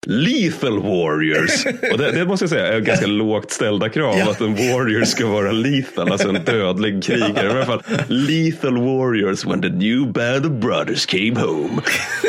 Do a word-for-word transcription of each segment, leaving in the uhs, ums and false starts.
lethal warriors. Och det, det måste jag säga är ganska lågt ställda krav, ja. Att en warrior ska vara lethal, alltså en dödlig krigare. I alla fall, lethal warriors when the new band of brothers came home.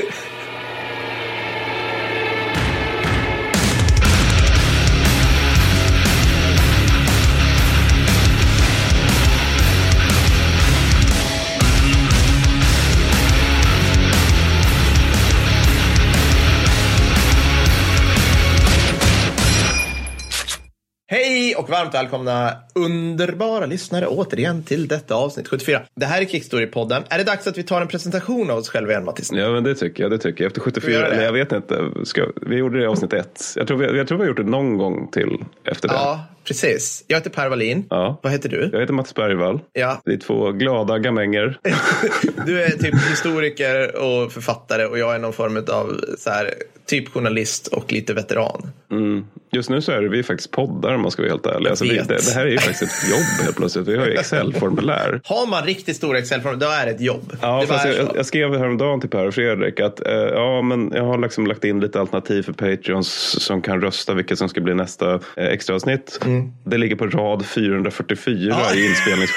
Hej och varmt välkomna underbara lyssnare återigen till detta avsnitt sjuttiofyra. Det här är Kickstory-podden. Är det dags att vi tar en presentation av oss själva igen, Mattis? Ja, men det tycker jag, det tycker jag. Efter sjuttiofyra, eller jag vet inte. Ska, vi gjorde det i avsnitt ett. Jag tror, vi, jag tror vi har gjort det någon gång till efter det. Ja, precis. Jag heter Per Wallin. Ja. Vad heter du? Jag heter Mattis Bergvall. Ja. Vi är två glada gamänger. Du är typ historiker och författare och jag är någon form av så här, typ journalist och lite veteran. Mm. Just nu så är det vi faktiskt poddar, om man ska vara helt ärlig. Alltså, vi, det, det här är ju faktiskt ett jobb helt plötsligt. Vi har ju Excel-formulär. Har man riktigt stora Excel-formulär, då är det ett jobb. Ja, det fast jag, jag skrev häromdagen till Per och Fredrik att eh, ja, men jag har liksom lagt in lite alternativ för Patreons som kan rösta vilket som ska bli nästa eh, extra avsnitt. Mm. Det ligger på rad fyrahundrafyrtiofyra ja. I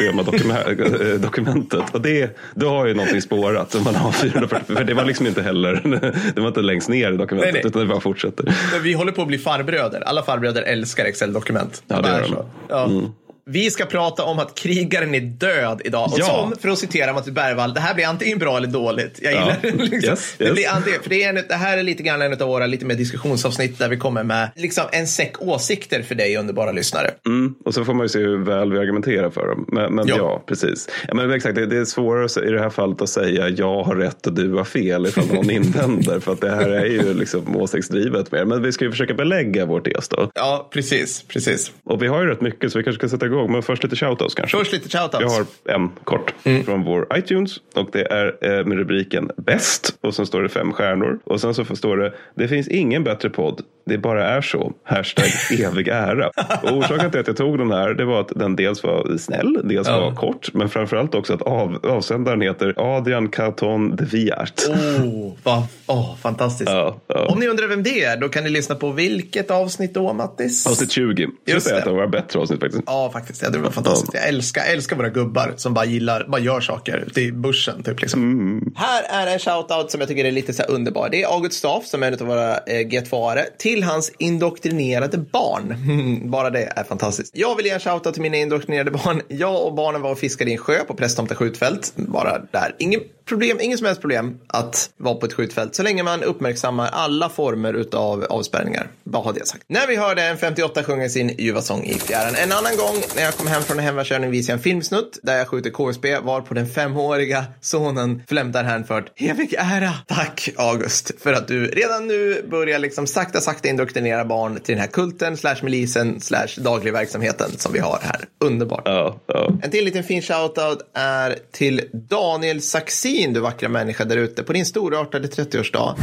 inspelningsschema-dokumentet. Och det, då har ju någonting spårat. Man har fyrahundrafyrtiofyra, för det var liksom inte heller, det var inte längst ner i dokumentet, nej, nej. Utan det bara fortsätter. Vi håller på att bli farbröder. Alla farbröder älskar Excel-dokument. Ja, det gör de. Ja. Mm. Vi ska prata om att krigaren är död idag. Och ja. Som, för att citera Mattis Bergvall, det här blir antingen bra eller dåligt. Jag gillar ja. det. Liksom. Yes, det yes. blir antingen, för det, är en, det här är lite grann en av våra lite mer diskussionsavsnitt där vi kommer med liksom en säck åsikter för dig underbara lyssnare. Mm. Och så får man ju se hur väl vi argumenterar för dem. Men, men ja. ja, precis. Ja, men exakt, det, det är svårare i det här fallet att säga jag har rätt och du har fel ifall någon invänder. För att det här är ju liksom åsiktsdrivet mer. Men vi ska ju försöka belägga vår tes då. Ja, precis, precis. Och vi har ju rätt mycket så vi kanske ska sätta igång. Men först lite shoutouts kanske. Först lite shoutouts. Jag har en kort mm. från vår iTunes. Och det är eh, med rubriken bäst. Och sen står det fem stjärnor. Och sen så står det, det finns ingen bättre podd. Det bara är så. Hashtag evig ära. Och orsaken till att jag tog den här, det var att den dels var snäll, dels ja. var kort. Men framförallt också att av, avsändaren heter Adrian Carton de Viart. Oh, va, oh, fantastiskt. Ja, ja. Om ni undrar vem det är, då kan ni lyssna på vilket avsnitt då, Mattis? Avsnitt tjugo. Jag säger att det var bättre avsnitt faktiskt. Ja, faktiskt. Ja, det var fantastiskt. Jag älskar, älskar våra gubbar som bara gillar, bara gör saker till börsen typ liksom. Mm. Här är en shoutout som jag tycker är lite så här underbar. Det är August Staff som är en av våra eh, G två-are till hans indoktrinerade barn. Bara det är fantastiskt. Jag vill ge en shoutout till mina indoktrinerade barn. Jag och barnen var och fiskade i en sjö på Prästtomta skjutfält. Bara där. Ingen problem, ingen som helst problem att vara på ett skjutfält så länge man uppmärksammar alla former utav avspärrningar. Bara har det sagt. När vi hörde en femtioåtta sjunga sin ljuva sång i fjärran. En annan gång när jag kom hem från en hemvärnskörning visade jag en filmsnutt där jag skjuter K S B var på den femåriga sonen flämtar hänfört. Evig ära! Tack August för att du redan nu börjar liksom sakta sakta indoktrinera barn till den här kulten slash milisen slash daglig verksamheten som vi har här. Underbart. Ja, ja. En till liten fin shoutout är till Daniel Saxin, du vackra människa där ute på din storartade trettioårsdag.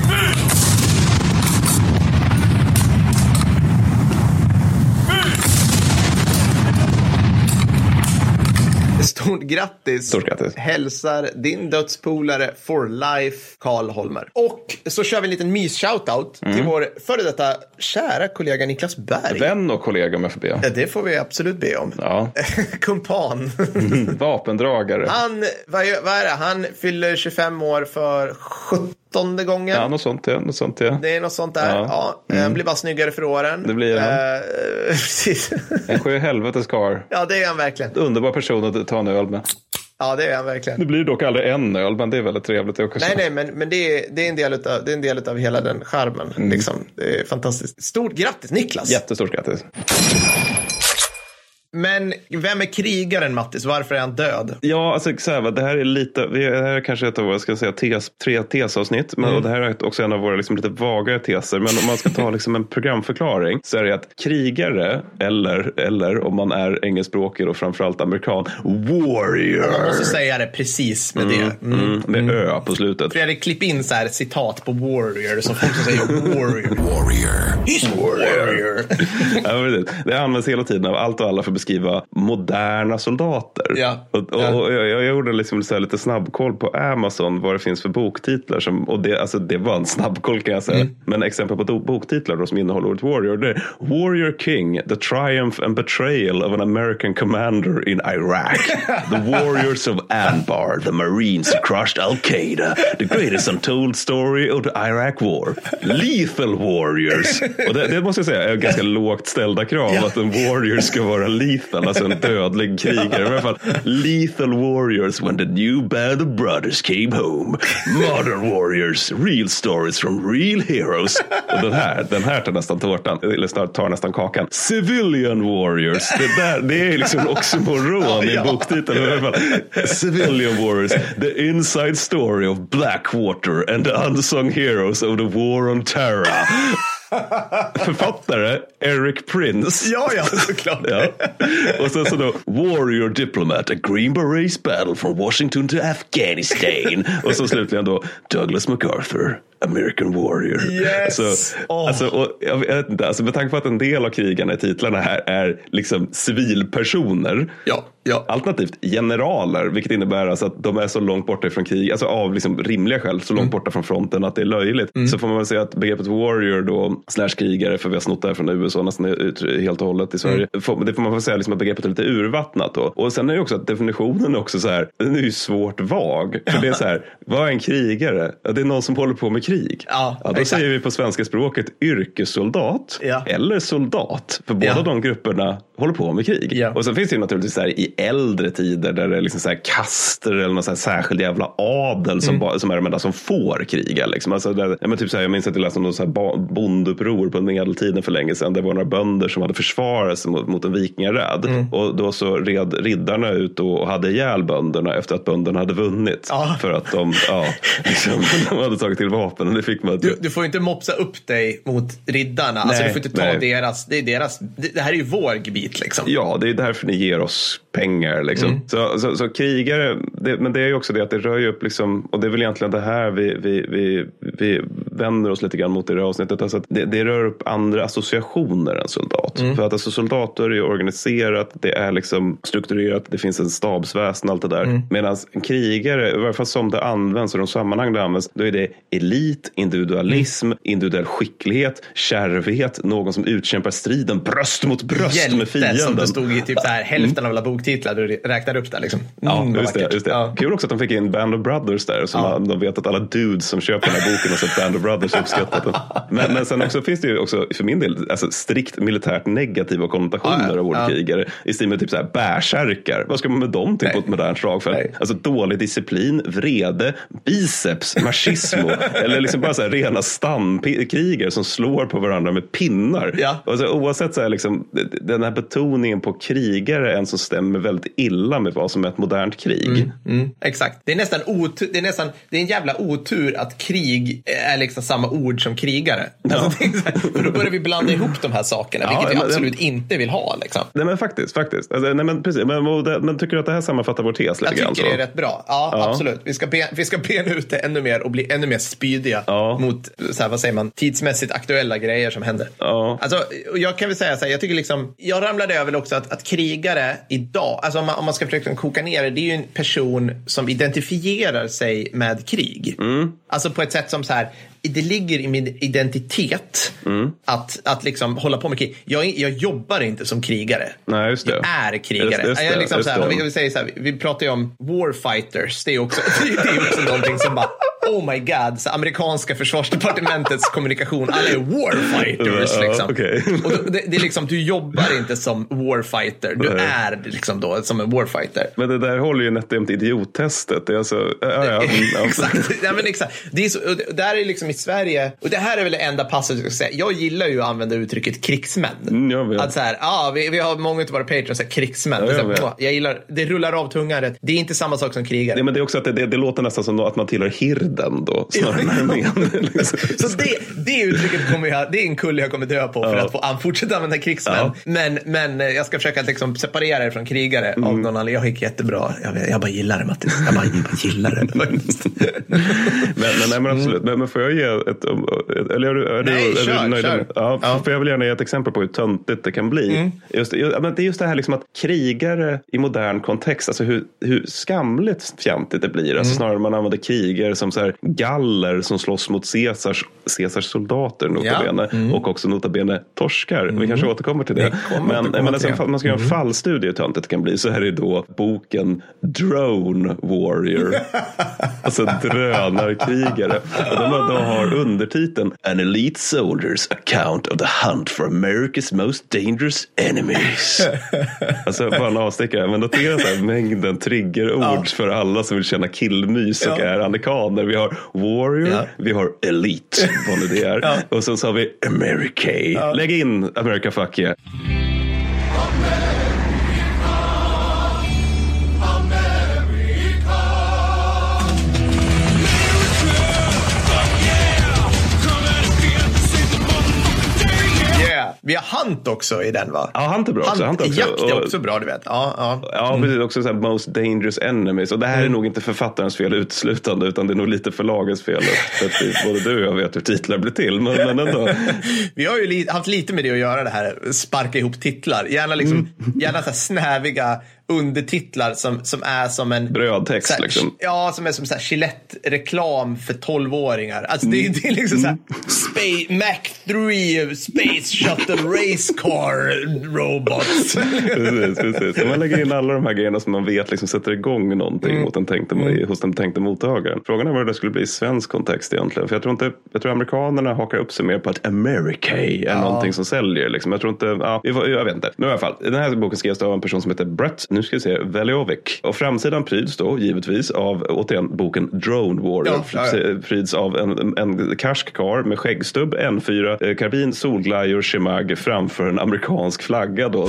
Stort grattis. Stort grattis. Hälsar din dödspolare for life, Karl Holmer. Och så kör vi en liten mys-shoutout mm. till vår före detta kära kollega Niklas Berg. Vän och kollega om jag får be. Ja, det får vi absolut be om. Ja. Kumpan. Vapendragare. Han, vad är, vad är det? Han fyller tjugofem år för sjuttonde gången. Ja, något sånt, ja. Något sånt, ja. Det är något sånt där. Ja. Ja. Mm. Han blir bara snyggare för åren. Det blir han. Uh, precis. En sjö helvetes karl. Ja, det är han verkligen. Underbar person att ta en öl med. Ja, det är han verkligen. Det blir dock aldrig en öl, men det är väldigt trevligt. Det nej, nej, men, men det, är, det, är en del utav, det är en del utav hela den charmen. Mm. Liksom. Det är fantastiskt. Stort grattis, Niklas. Jättestort grattis. Men vem är krigaren, Mattis? Varför är han död? Ja, alltså så här, det här är lite, det här är kanske ett av våra, ska säga, tes, tre tesavsnitt, men mm. och det här är också en av våra liksom lite vagare teser, men om man ska ta liksom en programförklaring så är det att krigare, eller, eller om man är engelskspråkig och framförallt amerikan, warrior. Jag måste säga det precis med mm, det. Mm, mm, med mm. ö på slutet. Fredrik, klipp in så här citat på warrior som folk som säger warrior. Warrior. He's warrior. Ja, det används hela tiden av allt och alla för beskriva moderna soldater. Ja. Och, och, ja. och jag, jag gjorde liksom så här lite snabbkoll på Amazon vad det finns för boktitlar. Som, och det, alltså, det var en snabbkoll kan jag säga. Mm. Men exempel på do, boktitlar då, som innehåller ordet warrior. Det är Warrior King, The Triumph and Betrayal of an American Commander in Iraq. The Warriors of Anbar, the Marines who crushed Al-Qaeda. The greatest untold story of the Iraq War. Lethal Warriors. Och det, det måste jag säga är ganska lågt ställda krav. Ja. Att en warrior ska vara lethal, alltså en dödlig krigare. I alla fall, Lethal Warriors when the new band of brothers came home. Modern Warriors, real stories from real heroes. Och den här, den här tar nästan tårtan, eller snart tar nästan kakan. Civilian Warriors. Det där, det är liksom oxymoron ja, i ja. boktiteln. I alla fall. Civilian Warriors, the inside story of Blackwater and the unsung heroes of the war on terror. Författare Eric Prince. Ja, ja, såklart. Ja. Och sen så då Warrior Diplomat, a Green Berets battle from Washington to Afghanistan. Och så slutligen då Douglas MacArthur, American Warrior. Yes. Alltså, oh. alltså, och jag vet inte, alltså med tanke på att en del av krigarna i titlarna här är liksom civilpersoner. Ja. Ja. Alternativt generaler, vilket innebär alltså att de är så långt borta ifrån krig, alltså av liksom rimliga skäl så långt mm. borta från fronten att det är löjligt. Mm. Så får man väl säga att begreppet warrior då, slash krigare, för vi har snott det här från U S A nästan helt och hållet i Sverige. Mm. Det får man väl säga liksom att begreppet är lite urvattnat då. Och sen är det också att definitionen är också så här, den är ju svårt vag. För det är så här, vad är en krigare? Det är någon som håller på med krig. Ja, ja, då exakt. Säger vi på svenska språket yrkessoldat ja. eller soldat. För båda ja. de grupperna håller på med krig. Ja. Och sen finns det ju naturligtvis så här i äldre tider där det är liksom så här kaster eller någon så här särskild jävla adel som, mm. ba, som är de enda som får kriga liksom. Alltså där, ja, men typ så här, jag minns att jag läste om någon så här bonduppror på medeltiden för länge sedan. Det var några bönder som hade försvarat sig mot, mot en vikingaräd. Mm. Och då så red riddarna ut och hade ihjäl bönderna efter att bönderna hade vunnit. Ja. För att de, ja, liksom, de hade tagit till vapen. Och det fick man att... du, du får inte mopsa upp dig mot riddarna. Nej, alltså du får inte ta nej. deras, det är deras, det, det här är ju vår gebit liksom. Ja, det är därför ni ger oss pengar liksom. Mm. Så, så, så krigare, det, men det är ju också det att det rör ju upp liksom, och det är väl egentligen det här vi, vi, vi, vi vänder oss lite grann mot i det här avsnittet. Alltså att det, det rör upp andra associationer än soldat. Mm. För att alltså soldater är ju organiserat, det är liksom strukturerat, det finns en stabsväsen, allt det där. Mm. Medan en krigare, i varje fall som det används och de sammanhang det används, då är det elit, individualism, mm. individuell skicklighet, kärvhet, någon som utkämpar striden bröst mot bröst Hjälte, med fienden. Som det stod i typ så här hälften av alla boktitlar du räknar upp där liksom. Mm, ja, just det, just det. Ja. Kul också att de fick in Band of Brothers där, så ja. de vet att alla dudes som köper den här boken och sett Band of Brothers uppskattat den. Men, men sen också finns det ju också för min del alltså strikt militärt negativa konnotationer ja, ja. av ordkrigare ja. i stil med typ så här bärsärkar. Vad ska man med dem till Nej. på ett modernt slagfält? Alltså dålig disciplin, vrede, biceps, machismo eller liksom bara så här rena stamkrigare som slår på varandra med pinnar. Ja. Alltså, oavsett så här liksom den här betoningen på krigare är en som stämmer väldigt illa med vad som är ett modernt krig. Mm, mm, exakt. Det är nästan otur, det är nästan det är en jävla otur att krig är liksom samma ord som krigare. Ja. Alltså, här, för då börjar vi blanda ihop de här sakerna, ja, vilket vi absolut men, inte vill ha liksom. Nej men faktiskt, faktiskt. Alltså, nej men precis, men, men tycker du att det här sammanfattar vår tes? Jag tycker alltså? det är rätt bra. Ja, ja. absolut. Vi ska be, vi ska bena ut det ännu mer och bli ännu mer spydiga ja. mot så här, vad säger man, tidsmässigt aktuella grejer som händer. Ja. Alltså, jag kan väl säga så här, jag tycker liksom, jag ramlade över också att, att krigare idag, alltså om man, om man ska försöka koka ner det, det är ju en person som identifierar sig med krig. Mm. Alltså på ett sätt som så här, det ligger i min identitet mm. att, att liksom hålla på med krig. Jag, jag jobbar inte som krigare. Nej, just det. Jag är krigare. Just, just det, jag liksom just så här, vi, vi, säger så här, vi pratar ju om warfighters. Det är också, det är också någonting som bara, oh my god, så amerikanska försvarsdepartementets kommunikation, alla är warfighters uh, liksom. Okay. Och det, det är liksom, du jobbar inte som warfighter. Du Nej. är liksom då som en warfighter. Men det där håller ju nätt idiottestet. Det är alltså, ja, ja, ja. Exakt. Ja, men exakt. Det är så, där är liksom i Sverige, och det här är väl det enda passet jag ska säga. Jag gillar ju att använda uttrycket krigsmän. Mm, jag vet. Att så här, ah, vi, vi har många av våra patrons så här, krigsmän. Ja, jag, så här, jag gillar, det rullar av tungan. Det är inte samma sak som krigare. Nej, men det är också att det, det, det låter nästan som att man tillhör hirden. mängden då snarare än armén. Liksom. Så det, det uttrycket kommer jag, det är en kull jag kommer dö på för ja. att få an, fortsätta använda krigsmän. Ja. Men, men jag ska försöka liksom separera det från krigare mm. av någon anledning. Jag gick jättebra. Jag, jag bara gillar det, Mattis. Jag bara, jag bara gillar det. men, men, nej, men absolut. Men, men får jag ge ett... ett eller är du, är nej, du, kör, är du nöjd kör. Med? Ja, ja. För jag vill gärna ge ett exempel på hur töntigt det kan bli. Mm. Just, just, men det är just det här liksom att krigare i modern kontext, alltså hur, hur skamligt fjantigt det blir. Alltså mm. snarare man använder krigare som så här galler som slåss mot Caesars, Caesars soldater notabene. Ja. Mm. Och också notabene torskar. Mm. Vi kanske återkommer till det. Men, men alltså, man ska göra en mm. fallstudie hur töntigt det kan bli. Så här är då boken Drone Warrior. Alltså drönarkrigare. Och de då har undertiteln An Elite Soldiers Account of the Hunt for America's Most Dangerous Enemies. Alltså bara en avstickare. Men notera så här mängden triggerord ja. för alla som vill känna killmys och ja. är amerikaner. Vi har Warrior, ja. vi har Elite, vad nu det är. Ja. Och sen så har vi America. Ja. Lägg in America fuck yeah. Vi har Hunt också i den, va? Ja, Hunt är bra också. Hunt, Hunt också. Jakt är också bra, du vet. Ja, ja. ja precis. Också så här, Most Dangerous Enemies. Och det här mm. är nog inte författarens fel utslutande, utan det är nog lite förlagets fel. För att både du och jag vet hur titlar blir till. Men, men ändå. Vi har ju li- haft lite med det att göra, det här. Sparka ihop titlar. Gärna, liksom, mm. gärna så här snäviga undertitlar som, som är som en brödtext här, liksom. Ja, som är som så här Gillette-reklam för tolvåringar. Alltså mm. det, det är liksom så här Space, Mac tre Space Shuttle Race Car Robots. Precis, precis. Man lägger in alla de här grejerna som man vet liksom sätter igång någonting mm. hos, den tänkte, mm. hos den tänkte mottagaren. Frågan är vad det skulle bli i svensk kontext egentligen. För jag tror inte, jag tror amerikanerna hakar upp sig mer på att America är ja. någonting som säljer liksom. Jag tror inte, ja, jag vet inte. Men i alla fall, den här boken skrevs av en person som heter Brett, nu ska vi se, Veliovic. Och framsidan pryds då givetvis av, återigen, boken Drone Warrior. Ja, ja, ja. Pryds av en, en karsk kar med skäggstubb, N fyra, eh, karbin, solglajjor, shemag framför en amerikansk flagga då.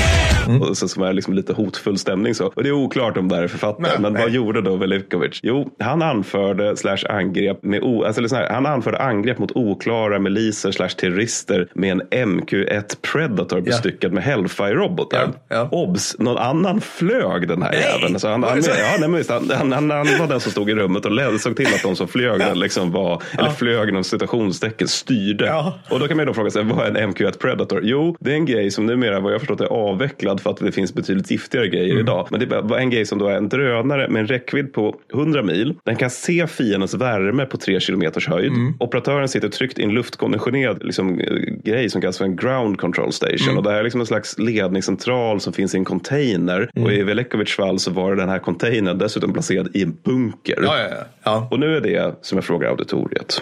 Mm. Och så som är liksom lite hotfull stämning så. Och det är oklart om det är författare. Men, men vad gjorde då Velikovic? Jo, han anförde slash angrepp med o, alltså här, han anförde angrepp mot oklara miliser slash terrorister med en M Q ett Predator bestyckad ja. med Hellfire-robotar. Ja, ja. Obs, någon annan flög den här nej. jäveln. Alltså han, han, ja, nej, men visst, han, han, han, han var den som stod i rummet och led, såg till att de som flög den liksom var, ja. eller flög någon citationstecken styrde. Ja. Och då kan man ju då fråga sig, vad är en M Q ett Predator? Jo, det är en grej som numera, vad jag förstått, är avvecklad för att det finns betydligt giftigare grejer mm. idag. Men det är en grej som då är en drönare med en räckvidd på hundra mil. Den kan se fiendens värme på tre kilometers höjd. Mm. Operatören sitter tryckt i en luftkonditionerad liksom, grej som kallas för en ground control station. Mm. Och det här är liksom en slags ledningscentral som finns i en container. Mm. Och i Velikovics fall så var det den här containern dessutom placerad i en bunker. Ja, ja, ja. Ja. Och nu är det som jag frågar auditoriet.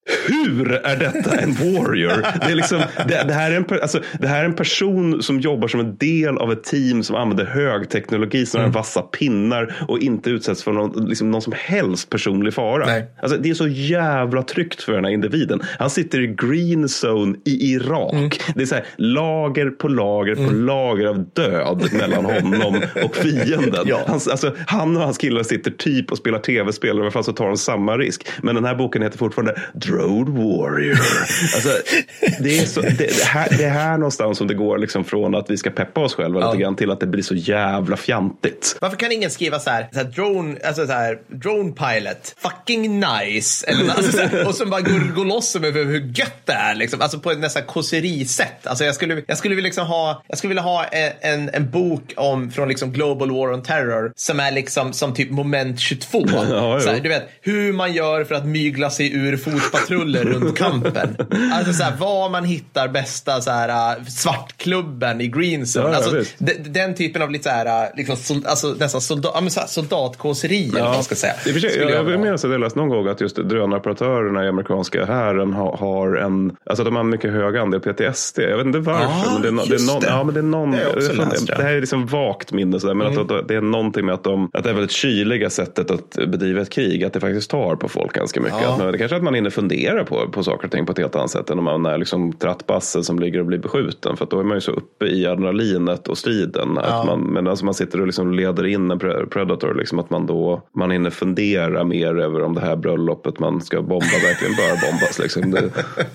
Hur är detta en warrior? Det är liksom, det, det, här är en, alltså, det här är en person som jobbar som en del av ett team som använder högteknologi som mm. vassa pinnar och inte utsätts för någon, liksom, någon som helst personlig fara. Alltså, det är så jävla tryggt för den här individen. Han sitter i green zone i Irak. Mm. Det är så här, lager på lager på mm. lager av död mellan honom och fienden. Ja. Han, alltså, han och hans killar sitter typ och spelar tv-spel och i alla fall så tar de samma risk. Men den här boken heter fortfarande Road Warrior. Alltså, det, är så, det, det, här, det är här någonstans som det går liksom från att vi ska peppa oss själva ja. lite grann till att det blir så jävla fjantigt. Varför kan ingen skriva så här, så här drone, alltså så här, drone pilot, fucking nice, eller, alltså, så här, och så bara går, går loss över hur gött det är liksom, alltså på ett nästan kåserisätt. Alltså jag skulle, jag skulle vilja liksom ha, jag skulle vilja ha en, en, en bok om från liksom Global War on Terror som är liksom som typ moment tjugotvå. Ja, så här, du vet hur man gör för att mygla sig ur fotpatruller runt kampen. Alltså så här, var man hittar bästa så här uh, svartklubben i Green Zone. Ja, alltså d- den typen av lite så här uh, liksom sol- alltså nästan soldat, ja, men så här, soldatkåseri ja. eller vad man ska säga. I och för sig, jag, jag vill minnas att jag läst någon gång att just drönaroperatörerna i amerikanska hären har, har en, alltså de har mycket hög andel P T S D. Jag vet inte varför, ah, men det är, no, det är någon, det. Ja, men det är någon, det, är det, läst, det här är liksom vagt minne så där, men mm. att det är någonting med att de, att det är väldigt kyliga sättet att bedriva ett krig, att det faktiskt tar på folk ganska mycket. Ja. Att, det kanske att man hinner fundera fundera på, på saker och ting på ett helt annat sätt än om man är liksom trattbasse som ligger och blir beskjuten. För att då är man ju så uppe i adrenalinet och striden. Ja. Att man, men alltså man sitter och liksom leder in en predator. Liksom att man då man hinner fundera mer över om det här bröllopet man ska bomba verkligen bör bombas. Liksom. Det...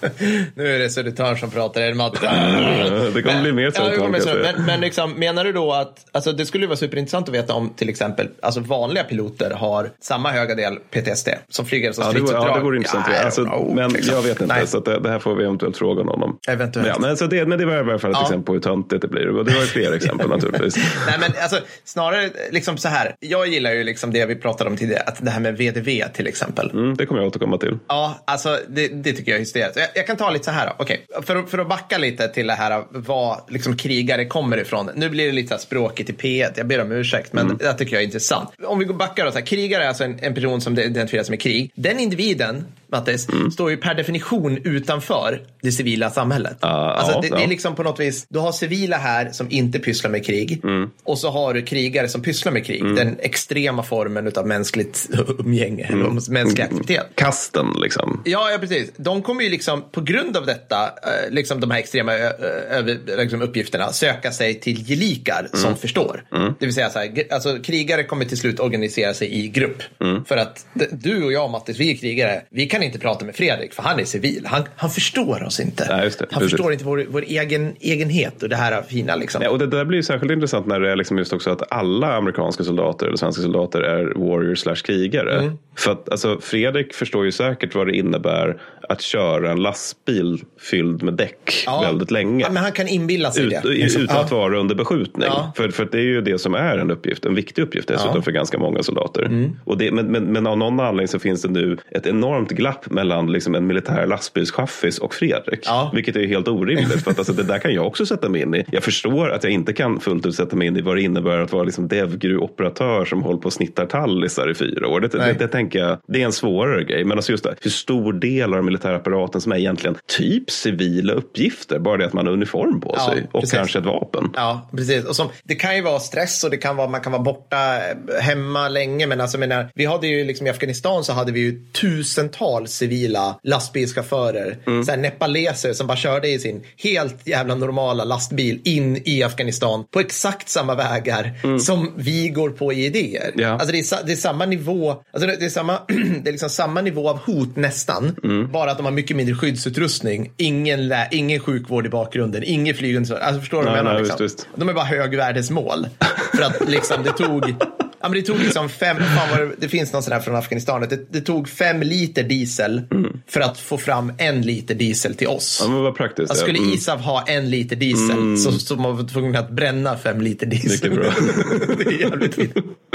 nu är det Södertörn som pratar. Är det, mat... det kommer bli mer Södertörn. Ja, men men liksom, menar du då att alltså, det skulle vara superintressant att veta om till exempel alltså, vanliga piloter har samma höga del P T S D som flyger som ja, stridsuppdrag? Ja, det vore intressant. Ja, alltså, know, men liksom. Jag vet inte, Nej. så att det, det här får vi eventuellt fråga honom. Eventuellt. Men, ja, men, så det, men det var i alla fall ett ja. exempel på hur töntigt det blir. Och det var ju fler exempel naturligtvis. Nej, men alltså, snarare liksom så här. Jag gillar ju liksom det vi pratade om tidigare. Att det här med V D V till exempel. Mm, det kommer jag återkomma till. Ja, alltså det, det tycker jag är hysteriskt. Jag, jag kan ta lite så här. Okej, okay. för, för att backa lite till det här vad liksom krigare kommer ifrån. Nu blir det lite så här språket i P ett. Jag ber om ursäkt, men mm. det tycker jag är intressant. Om vi går backar och så här, krigare är alltså en, en person som identifieras med krig. Den individen, Mattis, mm. står ju per definition utanför det civila samhället. Uh, alltså ja, det, ja. det är liksom på något vis, du har civila här som inte pysslar med krig mm. och så har du krigare som pysslar med krig. Mm. Den extrema formen av mänskligt umgänge, mm. mänsklig aktivitet. Kasten liksom. Ja, ja, precis. De kommer ju liksom på grund av detta, liksom de här extrema liksom, uppgifterna, söka sig till gelikar mm. som förstår. Mm. Det vill säga så här, alltså krigare kommer till slut organisera sig i grupp. Mm. För att du och jag, Mattis, vi är krigare. Vi kan inte prata med Fredrik för han är civil. Han, han förstår oss inte. Ja, just det. Han Precis. förstår inte vår, vår egen egenhet och det här fina liksom. Ja, och det där blir ju särskilt intressant när det är liksom just också att alla amerikanska soldater eller svenska soldater är warriors slash krigare. Mm. För att alltså, Fredrik förstår ju säkert vad det innebär att köra en lastbil fylld med däck ja. väldigt länge. Ja, men han kan inbilla sig Ut, det. Liksom. Utan ja. att vara under beskjutning. Ja. För, för det är ju det som är en uppgift, en viktig uppgift dessutom ja. för ganska många soldater. Mm. Och det, men, men, men av någon anledning så finns det nu ett enormt glapp mellan liksom en militär lastbilschaffis och Fredrik. Ja. Vilket är helt orimligt. För att alltså, det där kan jag också sätta mig in i. Jag förstår att jag inte kan fullt ut sätta mig in i vad det innebär att vara liksom devgru-operatör som håller på och snittar tallisar i fyra år. Det, det, det tänker jag, det är en svårare grej. Men alltså just det, hur stor del av militärapparaten som är egentligen typ civila uppgifter. Bara det att man har uniform på sig. Ja, och precis. Kanske ett vapen. Ja, precis. Och som, det kan ju vara stress och det kan vara, man kan vara borta hemma länge. Men alltså menar, vi hade ju liksom i Afghanistan så hade vi ju tusentals civila lastbilschaufförer. Mm. Så här nepaleser som bara körde i sin helt jävla normala lastbil in i Afghanistan på exakt samma vägar mm. som vi går på i idéer. Ja. Alltså det är, det är samma nivå, alltså det är samma det är liksom samma nivå av hot nästan. Mm. Bara att de har mycket mindre skyddsutrustning. Ingen, lä- ingen sjukvård i bakgrunden. Ingen flygande. Alltså förstår du vad jag menar? Liksom? Visst, visst. De är bara högvärdesmål. För att liksom det tog... Ja, men det tog liksom fem, fan vad det, det finns någon sån här från Afghanistan. Det, det tog fem liter diesel mm. för att få fram en liter diesel till oss. Ja, men vad praktiskt. Alltså, skulle mm. I S A F ha en liter diesel mm. så, så man var tvungen att bränna fem liter diesel. Mycket bra. Det är jävligt fint.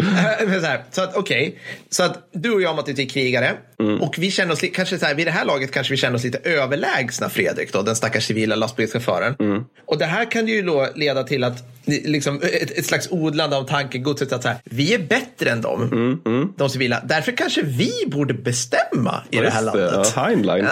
så, här, så att okej, okay. Så att du och jag Mattis är krigare mm. och vi känner oss kanske så här, vid det här laget kanske vi känner oss lite överlägsna Fredrik då, den stackars civila lastbilschauffören. Mm. Och det här kan ju då leda till att liksom ett, ett slags odlande av tankegodset att så här, vi är bättre än dem, mm, mm. de civila. Därför kanske vi borde bestämma i Just det här landet. Det, ja. Timeline.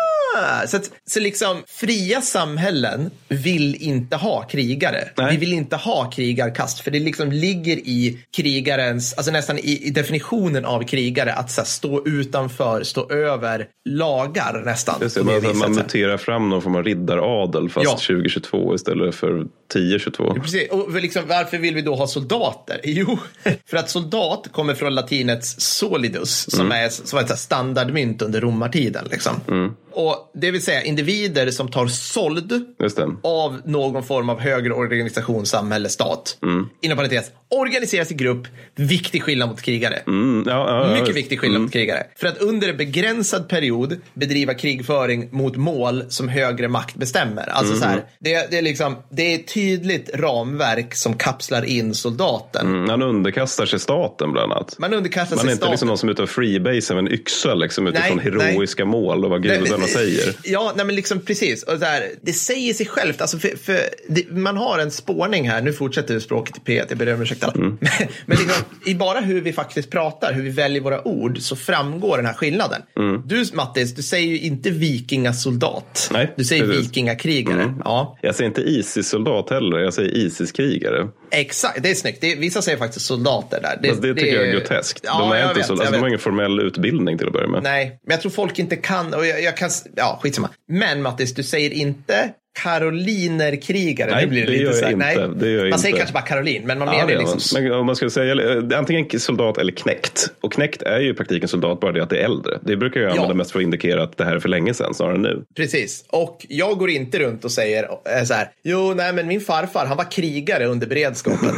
Ah, så, att, så liksom fria samhällen vill inte ha krigare. Nej. Vi vill inte ha krigarkast. För det liksom ligger i krigarens, alltså nästan i, i definitionen av krigare att så här, stå utanför, stå över lagar nästan. Just det, man, man, man muterar fram någon form av riddaradel fast ja. tjugo tjugotvå istället för tio tjugotvå. Ja, precis. Och liksom, varför vill vi då ha soldater? Jo, för att soldat kommer från latinets solidus som mm. är som ett standardmynt under romartiden liksom. Mm. Och det vill säga individer som tar såld av någon form av högre organisation, samhälle, stat. Mm. Inom parentes, organiseras i grupp, viktig skillnad mot krigare. Mm. Ja, ja, ja, Mycket viktig skillnad mm. mot krigare. För att under en begränsad period bedriva krigföring mot mål som högre makt bestämmer. Alltså mm. så här, det, det, är liksom, det är ett tydligt ramverk som kapslar in soldaten. Mm. Man underkastar sig staten bland annat. Man underkastar Man sig är staten. inte liksom någon som är ute och freebase av en yxa liksom, utifrån nej, heroiska nej. mål och vad gudarna säger. Ja, nej men liksom precis. Och där, det säger sig självt. Alltså för, för det, man har en spårning här. Nu fortsätter vi språket i P ett. Jag ber om ursäkt alla. Mm. Men, men liksom, i bara hur vi faktiskt pratar, hur vi väljer våra ord, så framgår den här skillnaden. Mm. Du, Mattis, du säger ju inte vikingasoldat. Nej, du säger precis. vikingakrigare. Mm. Ja. Jag säger inte ISIS-soldat soldat heller, jag säger ISIS-krigare. Exakt, det är snyggt. Det är, vissa säger faktiskt soldater där. Det, alltså, det tycker det, jag är groteskt. Ja, de, är jag inte vet, så, alltså, de har ingen formell utbildning till att börja med. Nej, men jag tror folk inte kan, och jag, jag kan, ja skitsamma. Men Mattis, du säger inte karolinerkrigare. Nej, det blir det lite gör jag så här, inte. Nej. Det gör jag man inte. säger kanske bara Karolin, men man ja, menar ja, liksom... Men om man ska säga antingen soldat eller knäckt. Och knäckt är ju i praktiken soldat, bara det att det är äldre. Det brukar jag använda ja. mest för att indikera att det här är för länge sedan, snarare än nu. Precis, och jag går inte runt och säger äh, så här, jo, nej men min farfar, han var krigare under beredskapen.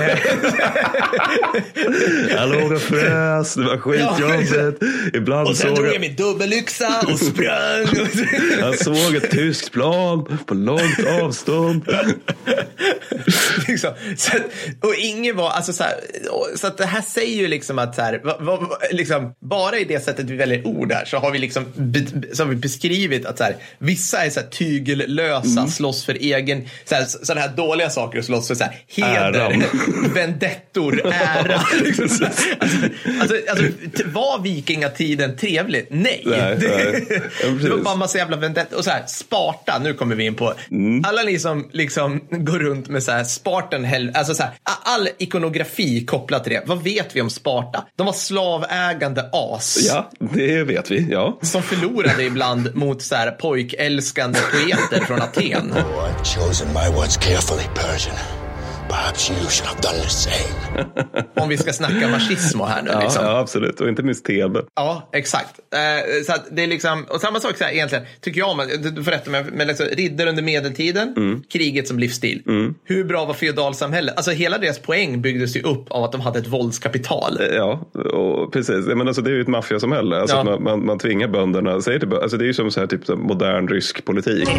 Han låg och frös, det var skitjobbet. Ibland och sen såg drog jag... jag min dubbelyxa och sprang. Han såg ett tyskt plan på långt avstånd. liksom, så att, och ingen var, alltså så här, så att det här säger ju liksom att så här, va, va, liksom, bara i det sättet vi väljer ord här så har vi liksom be, så har vi beskrivit att så här, vissa är så här tygellösa, mm. slåss för egen, så här, sådana här dåliga saker och slåss för så här, heder, vendettor, ära. Liksom, så här, alltså, alltså, alltså, var vikingatiden trevligt? Nej. nej, nej. Ja, det var bara en massa jävla vendettor. Och så här, Sparta, nu kommer vi in på mm. alla ni som liksom går runt med så här Spartan, alltså så här, all ikonografi kopplat till det. Vad vet vi om Sparta? De var slavägande as. Ja, det vet vi, ja. Som förlorade ibland mot så här pojkälskande poeter från Aten. Oh, I've chosen my words carefully, Persian. Perhaps you should have done the same. Om vi ska snacka machismo här nu. Ja, liksom. ja absolut. Och inte minst T B. Ja, exakt. Eh, så att det är liksom, och samma sak så här, egentligen, tycker jag, man, du får rätta mig, men liksom, riddare under medeltiden, mm. kriget som livsstil. Mm. Hur bra var feodalsamhället? Alltså hela deras poäng byggdes ju upp av att de hade ett våldskapital. Ja, och precis. Men alltså, det är ju ett maffiasamhälle. Alltså, ja. man, man, man tvingar bönderna, säger till, alltså, det är ju som så här, typ, modern rysk politik.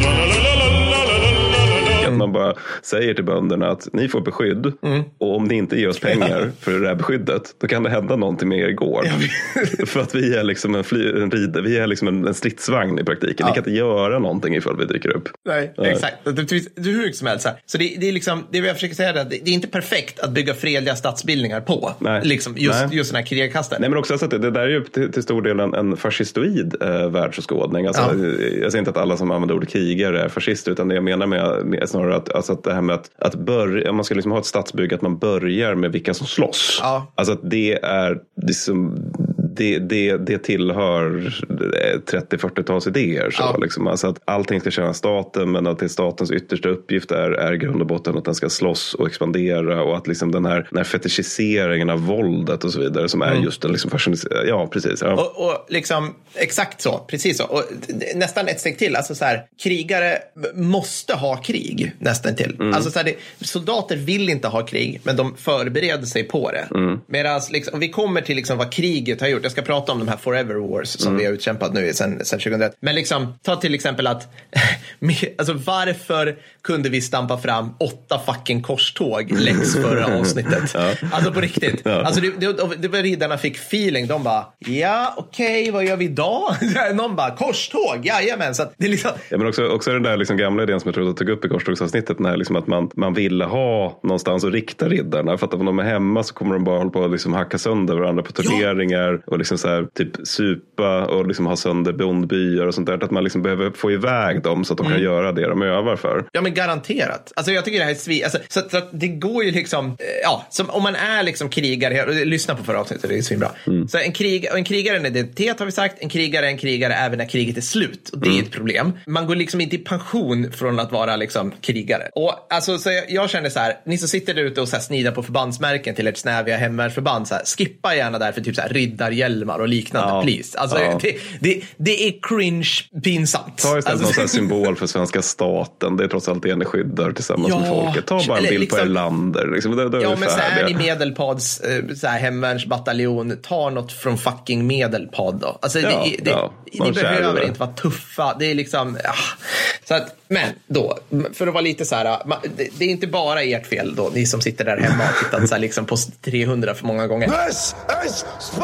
Att man bara säger till bönderna att ni får beskydd mm. och om ni inte ger oss pengar för det här beskyddet, då kan det hända någonting med er igår. Ja. För att vi är liksom en, fly, en rider, vi är liksom en, en stridsvagn i praktiken. Ja. Ni kan inte göra någonting ifall vi dyker upp. Nej, Nej. exakt. Det är hur som helst. Så det, det är liksom, det jag försöker säga är att det är inte perfekt att bygga fredliga stadsbildningar på. Nej. Liksom just, Nej. just den här krigkastaren. Nej, men också att det, det där är ju till, till stor del en, en fascistoid eh, världsåskådning. Alltså, ja. Jag säger inte att alla som använder ordet krigare är fascister, utan det jag menar med, med snarare att, alltså att det här med att, att börja, man ska liksom ha ett stadsbygge, att man börjar med vilka som slåss. Ja. Alltså att det är liksom, det, det, det tillhör trettio-fyrtiotals idéer. Så, ja. liksom. Alltså att allting ska tjäna staten, men att det statens yttersta uppgift är, är grund och botten att den ska slåss och expandera, och att liksom den här, den här fetischiseringen av våldet och så vidare som är mm. just den liksom fascinerande. Ja, precis. Ja. Och, och liksom, exakt så, precis så. Och nästan ett steg till, alltså så här, krigare måste ha krig, nästan till. Mm. Alltså så här, det, soldater vill inte ha krig, men de förbereder sig på det. Mm. Medan liksom, vi kommer till liksom vad kriget har gjort. Jag ska prata om de här Forever Wars som mm. vi har utkämpat nu sen, sen tjugohundraett. Men liksom, ta till exempel att alltså varför kunde vi stampa fram åtta fucking korståg längs förra avsnittet? Ja. Alltså på riktigt. Ja. Alltså det, det, det var riddarna fick feeling. De bara, ja okej, okay, vad gör vi idag? Någon bara, korståg, jajamän. Så att det är liksom... Ja, men också, också den där liksom gamla idén som jag tror att jag tog upp i korstågsavsnittet, när liksom att man, man ville ha någonstans att rikta riddarna, för att om de är hemma så kommer de bara hålla på att liksom hacka sönder varandra på turneringar. Ja. Och liksom så här, typ supa och liksom ha sönder bondbyar och sånt där, att man liksom behöver få iväg dem så att de mm. kan göra det de övar för. Ja, men garanterat. Alltså jag tycker det här är svi... Alltså, så, att, så att det går ju liksom, ja, som om man är liksom krigare, lyssna på förra avsnittet, det är svinbra. Mm. Så en, krig, en krigare är en identitet, har vi sagt. En krigare är en krigare även när kriget är slut. Och det mm. är ett problem. Man går liksom inte i pension från att vara liksom krigare. Och alltså, så jag, jag känner så här, ni som sitter där ute och så här snidar på förbandsmärken till ett snäviga hemvärnsförband, så här, skippa gärna där för typ så här riddarhjälmar och liknande, ja. please. Alltså ja. det, det, det är cringe pinsamt. Ta istället alltså, någon sån här symbol för svenska staten. Det är trots allt det ni skyddar tillsammans ja. med folket. Ta bara en bild liksom, på Erlander. Liksom, det, det är ja, men så är ni Medelpads så här, hemvärnsbataljon, ta något från fucking Medelpad då. Alltså ja, det, det, ja. Ni behöver inte vara tuffa. Det är liksom, ja. Så att, men då, för att vara lite så här, det är inte bara ert fel då, ni som sitter där hemma och tittat så här liksom på trehundra för många gånger. This is Sparta!